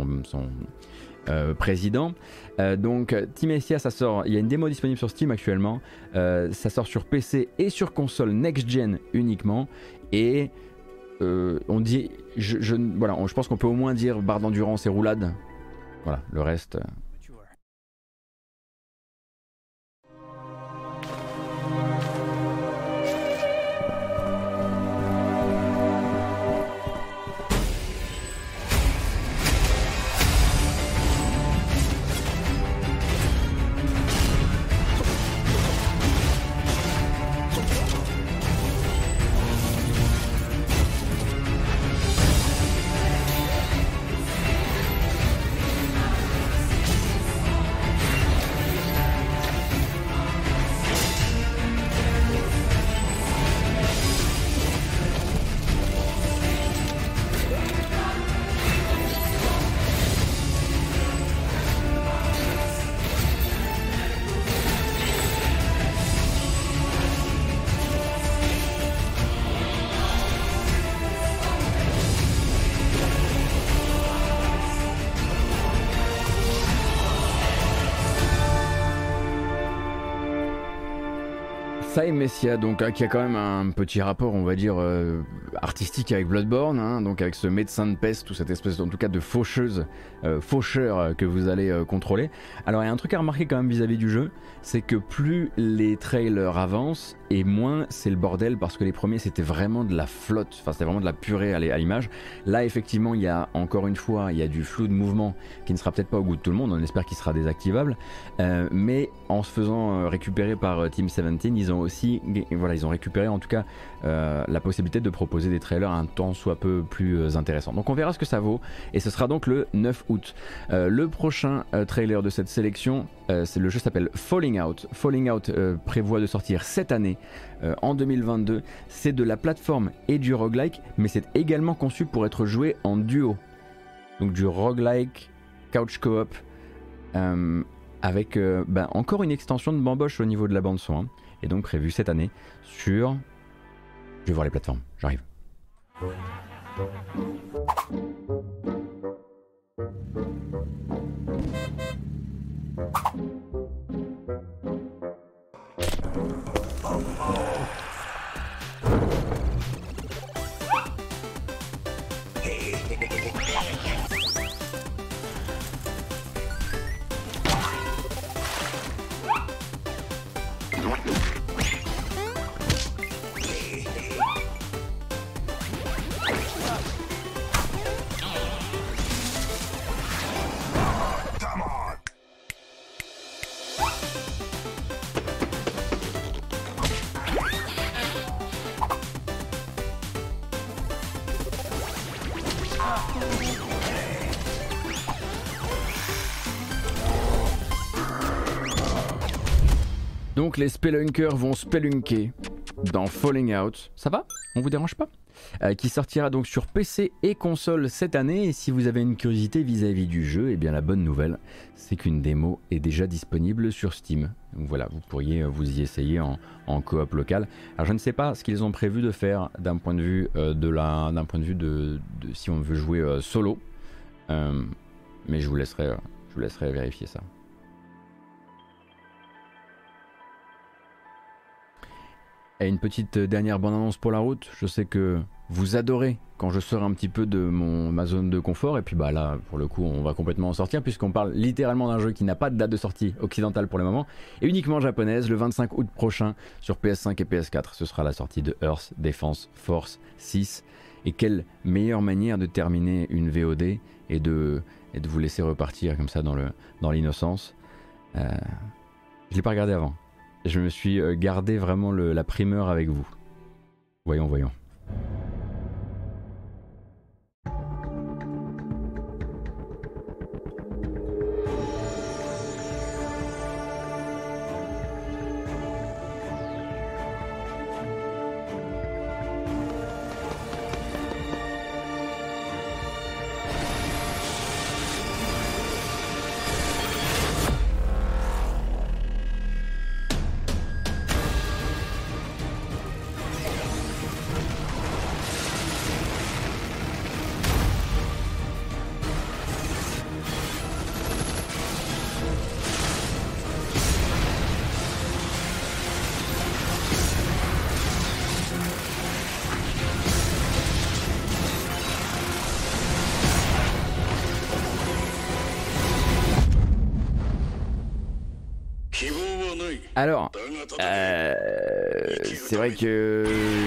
président. Donc Timecia, ça sort, il y a une démo disponible sur Steam actuellement, ça sort sur PC et sur console next-gen uniquement, et on dit, je pense qu'on peut au moins dire barre d'endurance et roulade, voilà, le reste... Sai Messia, donc qui a quand même un petit rapport, on va dire, artistique avec Bloodborne, hein, donc avec ce médecin de peste, ou cette espèce en tout cas de faucheur que vous allez contrôler. Alors il y a un truc à remarquer quand même vis-à-vis du jeu, c'est que plus les trailers avancent et moins c'est le bordel, parce que les premiers c'était vraiment de la flotte, enfin c'était vraiment de la purée à l'image. Là effectivement il y a encore une fois, il y a du flou de mouvement qui ne sera peut-être pas au goût de tout le monde, on espère qu'il sera désactivable, mais en se faisant récupérer par Team 17, ils ont aussi, voilà, ils ont récupéré en tout cas la possibilité de proposer des trailers un temps soit peu plus intéressants. Donc on verra ce que ça vaut, et ce sera donc le 9 août. Le prochain trailer de cette sélection, le jeu s'appelle Falling Out. Falling Out prévoit de sortir cette année, en 2022. C'est de la plateforme et du roguelike, mais c'est également conçu pour être joué en duo. Donc du roguelike, couch co-op, avec encore une extension de bamboche au niveau de la bande son, hein, et donc prévu cette année sur... Je vais voir les plateformes, j'arrive. Donc les spelunkers vont spelunker dans Falling Out. Ça va? On vous dérange pas? Qui sortira donc sur PC et console cette année. Et si vous avez une curiosité vis-à-vis du jeu, eh bien la bonne nouvelle, c'est qu'une démo est déjà disponible sur Steam. Donc voilà, vous pourriez vous y essayer en coop local. Alors je ne sais pas ce qu'ils ont prévu de faire d'un point de vue de si on veut jouer solo, mais je vous laisserai vérifier ça. Et une petite dernière bande-annonce pour la route. Je sais que vous adorez quand je sors un petit peu de ma zone de confort. Et puis bah là, pour le coup, on va complètement en sortir, puisqu'on parle littéralement d'un jeu qui n'a pas de date de sortie occidentale pour le moment, et uniquement japonaise. Le 25 août prochain sur PS5 et PS4, ce sera la sortie de Earth Defense Force 6. Et quelle meilleure manière de terminer une VOD et de vous laisser repartir comme ça dans l'innocence. Je ne l'ai pas regardé avant. Je me suis gardé vraiment la primeur avec vous. Voyons. Alors, c'est vrai que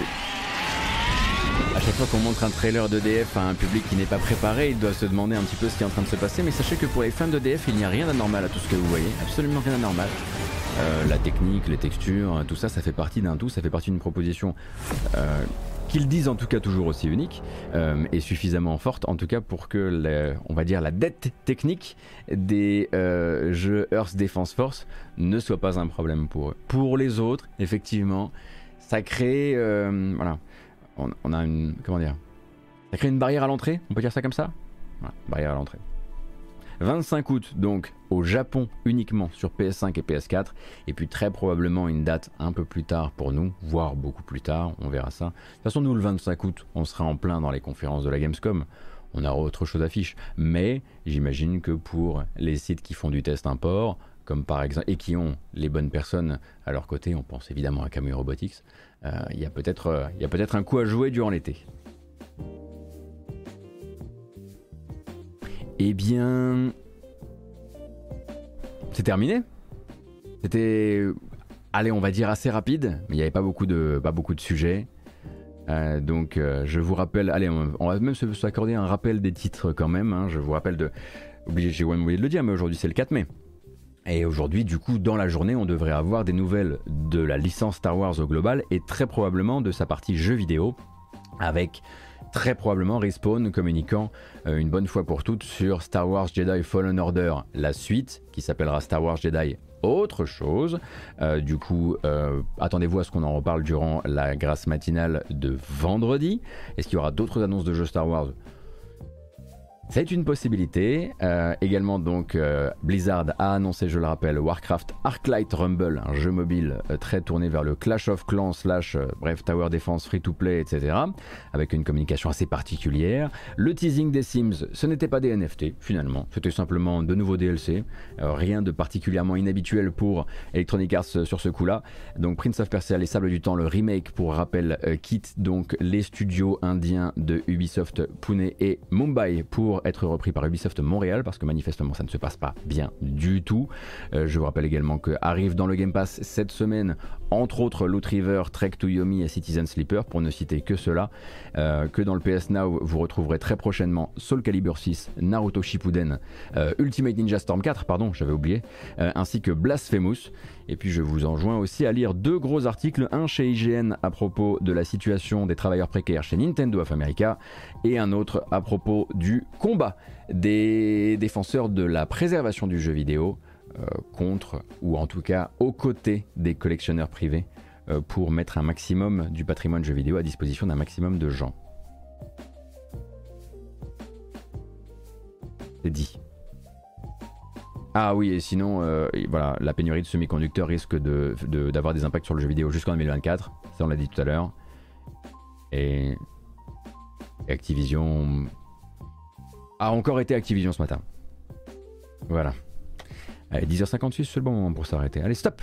à chaque fois qu'on montre un trailer d'EDF à un public qui n'est pas préparé, il doit se demander un petit peu ce qui est en train de se passer. Mais sachez que pour les fans d'EDF, il n'y a rien d'anormal à tout ce que vous voyez, absolument rien d'anormal. La technique, les textures, tout ça, ça fait partie d'un tout, ça fait partie d'une proposition qu'ils disent en tout cas toujours aussi unique et suffisamment forte en tout cas pour que on va dire la dette technique des jeux Earth Defense Force ne soit pas un problème pour eux. Pour les autres, effectivement, ça crée voilà, on a une, comment dire, ça crée une barrière à l'entrée, on peut dire ça comme ça, voilà, barrière à l'entrée. 25 août donc au Japon uniquement sur PS5 et PS4, et puis très probablement une date un peu plus tard pour nous, voire beaucoup plus tard, on verra ça. De toute façon nous le 25 août on sera en plein dans les conférences de la Gamescom, on aura autre chose à fiche, mais j'imagine que pour les sites qui font du test import, comme par exemple, et qui ont les bonnes personnes à leur côté, on pense évidemment à Kamui Robotics, il y a peut-être un coup à jouer durant l'été. Eh bien, c'est terminé. C'était, allez, on va dire assez rapide, mais il n'y avait pas beaucoup de sujets. Donc je vous rappelle, allez, on va même s'accorder un rappel des titres quand même, hein. Je vous rappelle j'ai oublié de le dire, mais aujourd'hui c'est le 4 mai. Et aujourd'hui, du coup, dans la journée, on devrait avoir des nouvelles de la licence Star Wars au global et très probablement de sa partie jeux vidéo, avec très probablement Respawn communiquant une bonne fois pour toutes sur Star Wars Jedi Fallen Order, la suite qui s'appellera Star Wars Jedi autre chose. Du coup, attendez-vous à ce qu'on en reparle durant la grâce matinale de vendredi. Est-ce qu'il y aura d'autres annonces de jeux Star Wars ? C'est une possibilité. Également donc Blizzard a annoncé, je le rappelle, Warcraft Arclight Rumble, un jeu mobile très tourné vers le Clash of Clans / bref Tower Defense free-to-play, etc. avec une communication assez particulière. Le teasing des Sims, ce n'était pas des NFT finalement, c'était simplement de nouveaux DLC, rien de particulièrement inhabituel pour Electronic Arts sur ce coup-là. Donc Prince of Persia, les Sables du Temps, le remake pour rappel quitte donc les studios indiens de Ubisoft Pune et Mumbai pour être repris par Ubisoft Montréal, parce que manifestement ça ne se passe pas bien du tout. Je vous rappelle également que arrive dans le Game Pass cette semaine, entre autres Loot River, Trek to Yomi et Citizen Sleeper, pour ne citer que cela. Que dans le PS Now, vous retrouverez très prochainement Soul Calibur 6, Naruto Shippuden, Ultimate Ninja Storm 4, pardon, j'avais oublié, ainsi que Blasphemous. Et puis je vous enjoins aussi à lire 2 gros articles, un chez IGN à propos de la situation des travailleurs précaires chez Nintendo of America, et un autre à propos du combat des défenseurs de la préservation du jeu vidéo contre, ou en tout cas aux côtés des collectionneurs privés, pour mettre un maximum du patrimoine jeu vidéo à disposition d'un maximum de gens. C'est dit. Ah oui, et sinon, voilà, la pénurie de semi-conducteurs risque d'avoir des impacts sur le jeu vidéo jusqu'en 2024, ça on l'a dit tout à l'heure. Et Activision a encore été Activision ce matin. Voilà. Allez, 10h56, c'est le bon moment pour s'arrêter. Allez, stop!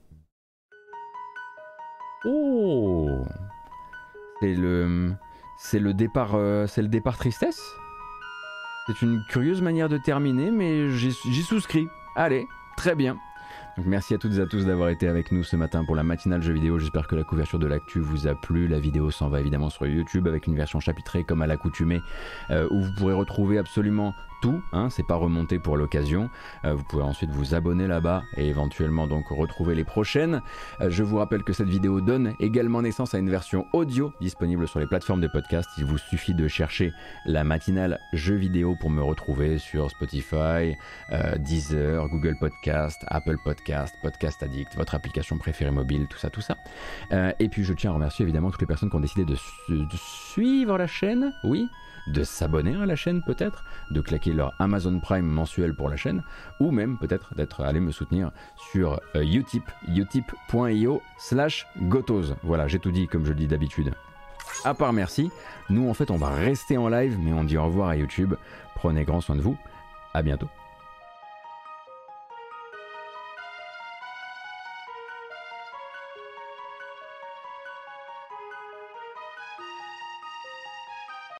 Oh! C'est le départ tristesse? C'est une curieuse manière de terminer, mais j'y souscris. Allez, très bien. Donc merci à toutes et à tous d'avoir été avec nous ce matin pour la matinale jeux vidéo. J'espère que la couverture de l'actu vous a plu. La vidéo s'en va évidemment sur YouTube avec une version chapitrée comme à l'accoutumée, où vous pourrez retrouver absolument tout, hein, c'est pas remonté pour l'occasion. Vous pouvez ensuite vous abonner là-bas et éventuellement donc retrouver les prochaines. Je vous rappelle que cette vidéo donne également naissance à une version audio disponible sur les plateformes de podcast. Il vous suffit de chercher la matinale jeux vidéo pour me retrouver sur Spotify, Deezer, Google Podcast, Apple Podcast, Podcast Addict, votre application préférée mobile, tout ça. Et puis je tiens à remercier évidemment toutes les personnes qui ont décidé de suivre la chaîne, oui, de s'abonner à la chaîne peut-être, de claquer leur Amazon Prime mensuel pour la chaîne, ou même peut-être d'être allé me soutenir sur Utip, utip.io/gotos. Voilà, j'ai tout dit comme je le dis d'habitude. À part merci, nous en fait on va rester en live, mais on dit au revoir à YouTube. Prenez grand soin de vous, à bientôt.